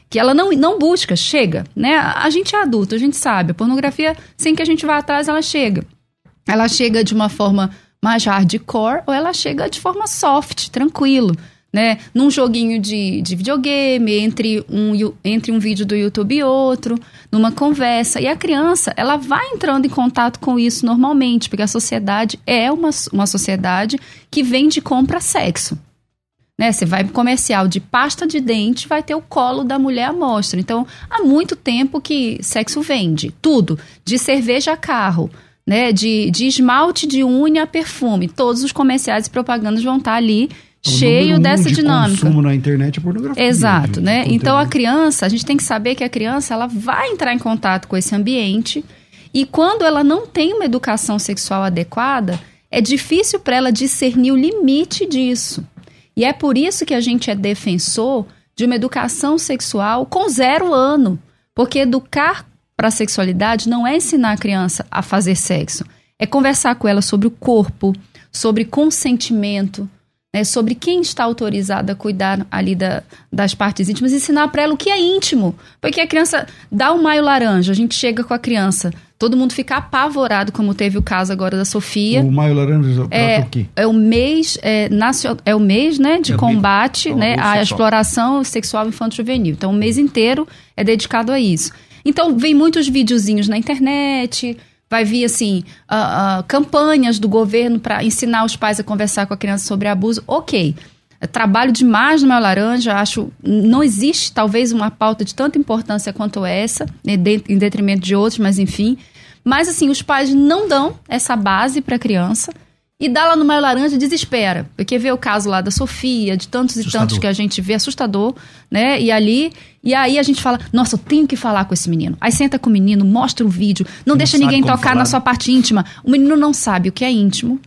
que ela não, não busca, chega, né? A gente é adulto, a gente sabe, a pornografia, sem que a gente vá atrás, ela chega. Ela chega de uma forma mais hardcore ou ela chega de forma soft, tranquilo, né? Num joguinho de, de videogame, entre um, entre um vídeo do YouTube e outro, numa conversa. E a criança, ela vai entrando em contato com isso normalmente, porque a sociedade é uma, uma sociedade que vende e compra sexo. Né? Você vai pro comercial de pasta de dente, vai ter o colo da mulher à mostra. Então, há muito tempo que sexo vende. Tudo. De cerveja a carro, né? De, de esmalte de unha a perfume. Todos os comerciais e propagandas vão estar ali, o cheio dessa de dinâmica. Consumo na internet é pornografia. Exato, né? Conteúdo. Então, a criança, a gente tem que saber que a criança, ela vai entrar em contato com esse ambiente e quando ela não tem uma educação sexual adequada, é difícil para ela discernir o limite disso. E é por isso que a gente é defensor de uma educação sexual com zero ano. Porque educar para a sexualidade não é ensinar a criança a fazer sexo. É conversar com ela sobre o corpo, sobre consentimento, né, sobre quem está autorizado a cuidar ali da, das partes íntimas. Ensinar para ela o que é íntimo. Porque a criança dá um maio laranja, a gente chega com a criança... Todo mundo fica apavorado, como teve o caso agora da Sofia. O Maio Laranja é, o quê? É o mês, é, nacio, é o mês né, de é combate mês, né, à sexual. exploração sexual infanto-juvenil. Então, o mês inteiro é dedicado a isso. Então, vem muitos videozinhos na internet, vai vir, assim, uh, uh, campanhas do governo para ensinar os pais a conversar com a criança sobre abuso. Ok. Trabalho demais no Maio Laranja, acho, não existe talvez uma pauta de tanta importância quanto essa, né, de, em detrimento de outros, mas enfim. Mas assim, os pais não dão essa base para a criança e dá lá no Maio Laranja desespera, porque vê o caso lá da Sofia, de tantos assustador. e tantos que a gente vê, assustador, né, e ali, e aí a gente fala, nossa, eu tenho que falar com esse menino. Aí senta com o menino, mostra o vídeo, não, não deixa ninguém tocar falar. na sua parte íntima. O menino não sabe o que é íntimo.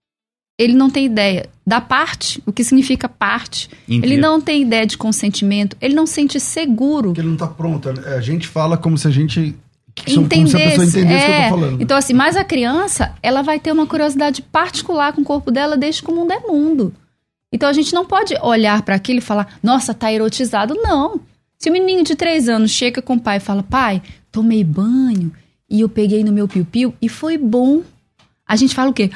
Ele não tem ideia da parte, o que significa parte. Inteiro. Ele não tem ideia de consentimento. Ele não se sente seguro. Porque ele não está pronto. A gente fala como se a gente... Entendesse, como se a pessoa entendesse é, o que eu tô falando. Então, assim, mas a criança, ela vai ter uma curiosidade particular com o corpo dela desde que o mundo é mundo. Então, a gente não pode olhar para aquilo e falar, nossa, tá erotizado. Não. Se o menino de três anos chega com o pai e fala, pai, tomei banho e eu peguei no meu piu-piu e foi bom. A gente fala o quê?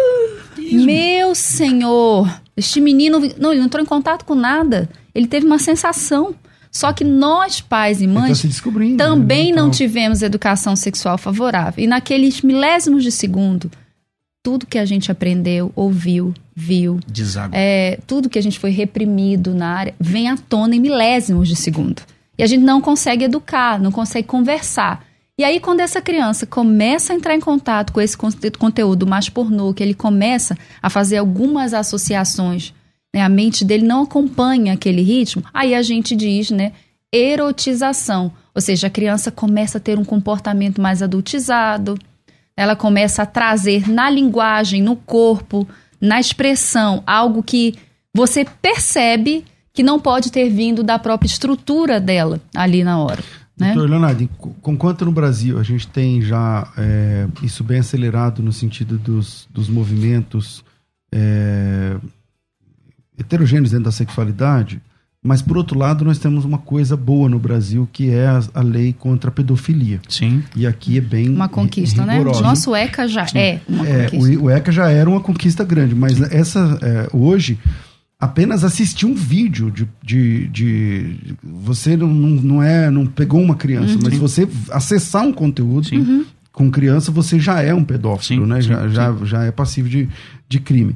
Meu senhor, este menino não, ele não entrou em contato com nada. Ele teve uma sensação. Só que nós, pais e mães, tá se descobrindo, também né? não Então... tivemos educação sexual favorável. E naqueles milésimos de segundo, tudo que a gente aprendeu, ouviu, viu, é, tudo que a gente foi reprimido na área, vem à tona em milésimos de segundo. E a gente não consegue educar, não consegue conversar. E aí, quando essa criança começa a entrar em contato com esse conteúdo mais pornô, que ele começa a fazer algumas associações, né, a mente dele não acompanha aquele ritmo, aí a gente diz, né, erotização. Ou seja, a criança começa a ter um comportamento mais adultizado, ela começa a trazer na linguagem, no corpo, na expressão, algo que você percebe que não pode ter vindo da própria estrutura dela ali na hora. Doutor Leonardo, conquanto no Brasil a gente tem já é, isso bem acelerado no sentido dos, dos movimentos é, heterogêneos dentro da sexualidade, mas por outro lado nós temos uma coisa boa no Brasil que é a, a lei contra a pedofilia. Sim. E aqui é bem uma conquista, rigorosa. né? Nosso ECA já Sim. é uma é, conquista. O, o ECA já era uma conquista grande, mas essa é, hoje... apenas assistir um vídeo de... de, de você não, não, é, não pegou uma criança, uhum. mas você acessar um conteúdo uhum. com criança, você já é um pedófilo, sim, né? Sim, já, sim. Já, já é passivo de, de crime.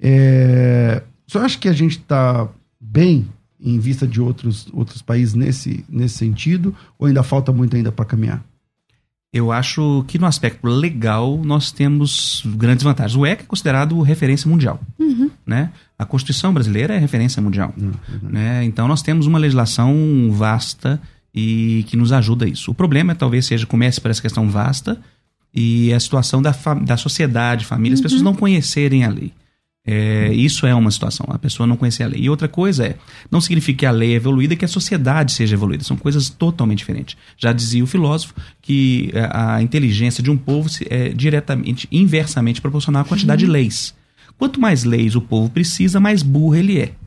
É, você acha que a gente está bem em vista de outros, outros países nesse, nesse sentido? Ou ainda falta muito ainda para caminhar? Eu acho que no aspecto legal nós temos grandes vantagens. O ECA é considerado referência mundial. Uhum. Né? A Constituição brasileira é referência mundial. Uhum. Né? Então nós temos uma legislação vasta e que nos ajuda a isso. O problema é, talvez seja, comece por essa questão vasta e a situação da, da sociedade, família, as uhum. pessoas não conhecerem a lei. É, isso é uma situação, a pessoa não conhecer a lei. E outra coisa é, não significa que a lei é evoluída e que a sociedade seja evoluída. São coisas totalmente diferentes. Já dizia o filósofo que a inteligência de um povo é diretamente, inversamente proporcional à quantidade uhum. de leis. Quanto mais leis o povo precisa, mais burro ele é.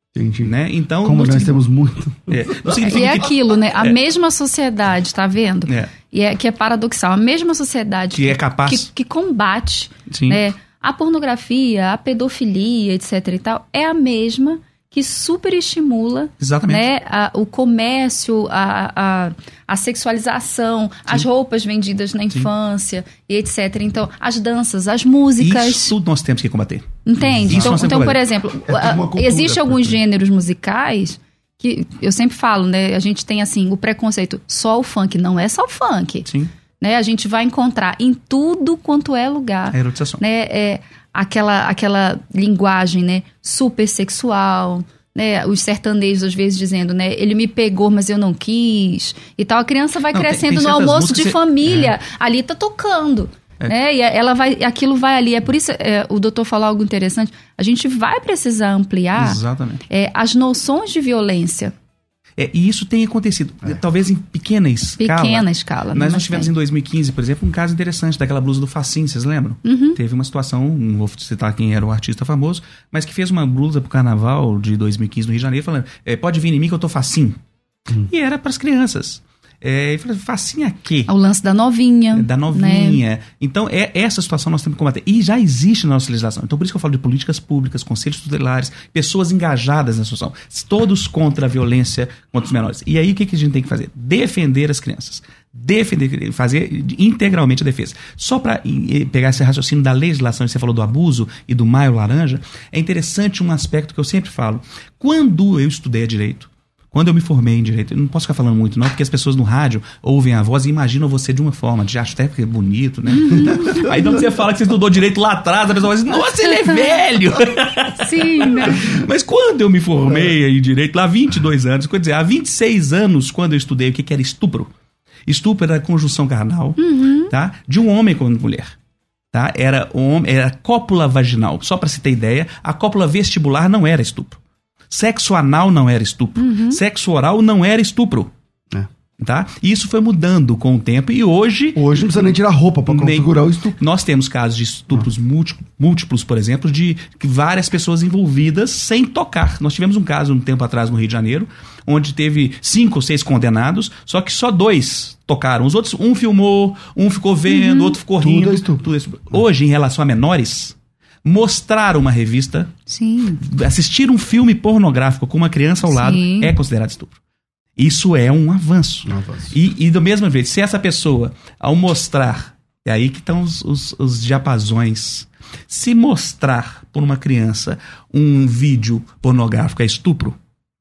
Entendi. Né? Então, como nós significa... temos muito. É, não significa e é que... aquilo, né? A é. mesma sociedade, tá vendo? É. E é que é paradoxal. A mesma sociedade que, que é capaz que, que combate, Sim. né, a pornografia, a pedofilia, etc e tal, é a mesma que superestimula, Exatamente. né, a, o comércio, a, a, a sexualização, Sim. as roupas vendidas na infância, Sim. e etcétera. Então, as danças, as músicas... Isso tudo nós temos que combater. Entende? Isso Então, então por exemplo, é existem alguns porque... gêneros musicais que eu sempre falo, né? A gente tem, assim, o preconceito, só o funk. Não é só o funk. Sim. Né? A gente vai encontrar em tudo quanto é lugar. A erotização. Né? É aquela, aquela linguagem, né? Super sexual, né? Os sertanejos, às vezes, dizendo, né? Ele me pegou, mas eu não quis. E tal. A criança vai não, crescendo tem, tem no almoço de família. É. Ali tá tocando. É. Né? E ela vai, aquilo vai ali. É por isso, é, o doutor falou algo interessante. A gente vai precisar ampliar é, as noções de violência. É, e isso tem acontecido, é. talvez em pequena escala. Pequena escala. Nós nós tivemos tem. em dois mil e quinze, por exemplo, um caso interessante daquela blusa do Facim, vocês lembram? Uhum. Teve uma situação, não vou citar quem era o artista famoso, mas que fez uma blusa pro carnaval de dois mil e quinze no Rio de Janeiro, falando, é, pode vir em mim que eu tô Facim. Uhum. E era para as crianças. É, e falei, facinha quê? O lance da novinha. Da novinha. Né? Então, é, essa situação nós temos que combater. E já existe na nossa legislação. Então, por isso que eu falo de políticas públicas, conselhos tutelares, pessoas engajadas na situação. Todos contra a violência contra os menores. E aí, o que, que a gente tem que fazer? Defender as crianças. Defender, fazer integralmente a defesa. Só para pegar esse raciocínio da legislação, você falou do abuso e do maio laranja, é interessante um aspecto que eu sempre falo. Quando eu estudei direito, quando eu me formei em direito, eu não posso ficar falando muito não, porque as pessoas no rádio ouvem a voz e imaginam você de uma forma, já acho até que é bonito, né? Aí quando você fala que você estudou direito lá atrás, a pessoa vai dizer, nossa, ele é velho! Sim, né? Mas quando eu me formei em direito, lá há vinte e dois anos, quer dizer, há vinte e seis anos, quando eu estudei o que, que era estupro, estupro era a conjunção carnal, uhum. tá? De um homem com uma mulher. Tá? Era, um, era cópula vaginal. Só para você ter ideia, a cópula vestibular não era estupro. Sexo anal não era estupro. Uhum. Sexo oral não era estupro. É. Tá? E isso foi mudando com o tempo e hoje... Hoje não precisa nem tirar roupa para configurar o estupro. Nós temos casos de estupros ah. múltiplos, múltiplos, por exemplo, de várias pessoas envolvidas sem tocar. Nós tivemos um caso um tempo atrás no Rio de Janeiro, onde teve cinco ou seis condenados, só que só dois tocaram. Os outros, um filmou, um ficou vendo, uhum. outro ficou rindo. Tudo é estupro. Tudo é estupro. Hoje, em relação a menores... mostrar uma revista, Sim. assistir um filme pornográfico com uma criança ao Sim. lado é considerado estupro. Isso é um avanço. Um avanço. E, e do mesmo jeito, se essa pessoa, ao mostrar, é aí que estão os, os, os diapasões, se mostrar por uma criança um vídeo pornográfico é estupro,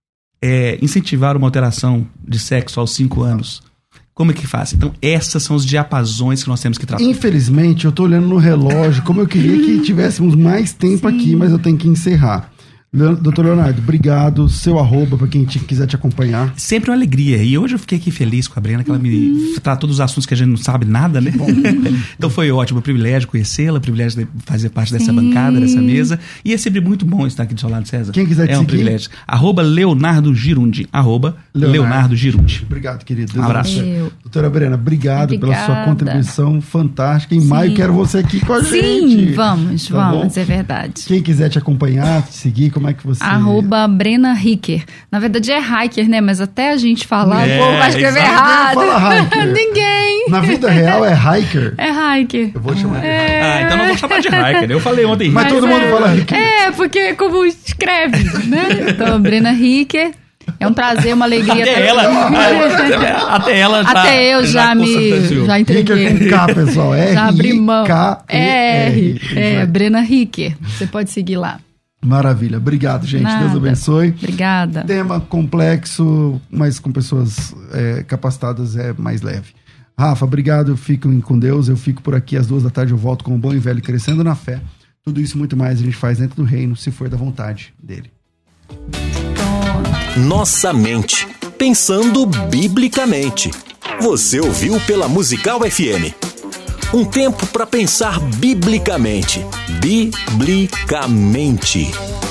é incentivar uma alteração de sexo aos cinco anos. Como é que faz? Então, esses são os diapasões que nós temos que tratar. Infelizmente, eu tô olhando no relógio, como eu queria que tivéssemos mais tempo Sim. aqui, mas eu tenho que encerrar. doutor Leonardo, obrigado. Seu arroba para quem te, quiser te acompanhar. Sempre uma alegria. E hoje eu fiquei aqui feliz com a Brena, que ela me uhum. tratou dos assuntos que a gente não sabe nada, né? Então foi ótimo, o privilégio conhecê-la, o privilégio de fazer parte dessa Sim. bancada, dessa mesa. E é sempre muito bom estar aqui do seu lado, César. Quem quiser te É um seguir. privilégio. Arroba Leonardo Girundi. Arroba Leonardo, Leonardo Girundi. Obrigado, querido. Um abraço. Eu. Doutora Brena, obrigado Obrigada. pela sua contribuição fantástica. Em Sim. maio quero você aqui com a Sim, gente. Sim, vamos, tá vamos, bom? é verdade. Quem quiser te acompanhar, te seguir, como é que você... Arroba Brena Hicker. Na verdade é Hiker, né? Mas até a gente falar, É, o povo vai escrever Ninguém errado. fala hiker. Ninguém. Na vida real é hiker. É Hiker. Eu vou chamar de É. Ah, então não vou chamar de hiker. Eu falei ontem. Mas todo é, mundo fala hiker. É, porque como escreve, né? Então, Brena Hicker. É um prazer, uma alegria. Até ela, até ela já, Até eu já, já me já entreguei. Hicker com K, pessoal. R já abri mão. K E R. É, é, Brena Hicker. Você pode seguir lá. Maravilha. Obrigado, gente. Nada. Deus abençoe. Obrigada. Tema complexo, mas com pessoas é, capacitadas é mais leve. Rafa, obrigado. Fiquem com Deus. Eu fico por aqui às duas da tarde. Eu volto com o Bom e Velho Crescendo na Fé. Tudo isso e muito mais a gente faz dentro do reino, se for da vontade dele. Nossa mente, pensando biblicamente. Você ouviu pela Musical F M. Um tempo para pensar biblicamente. Biblicamente.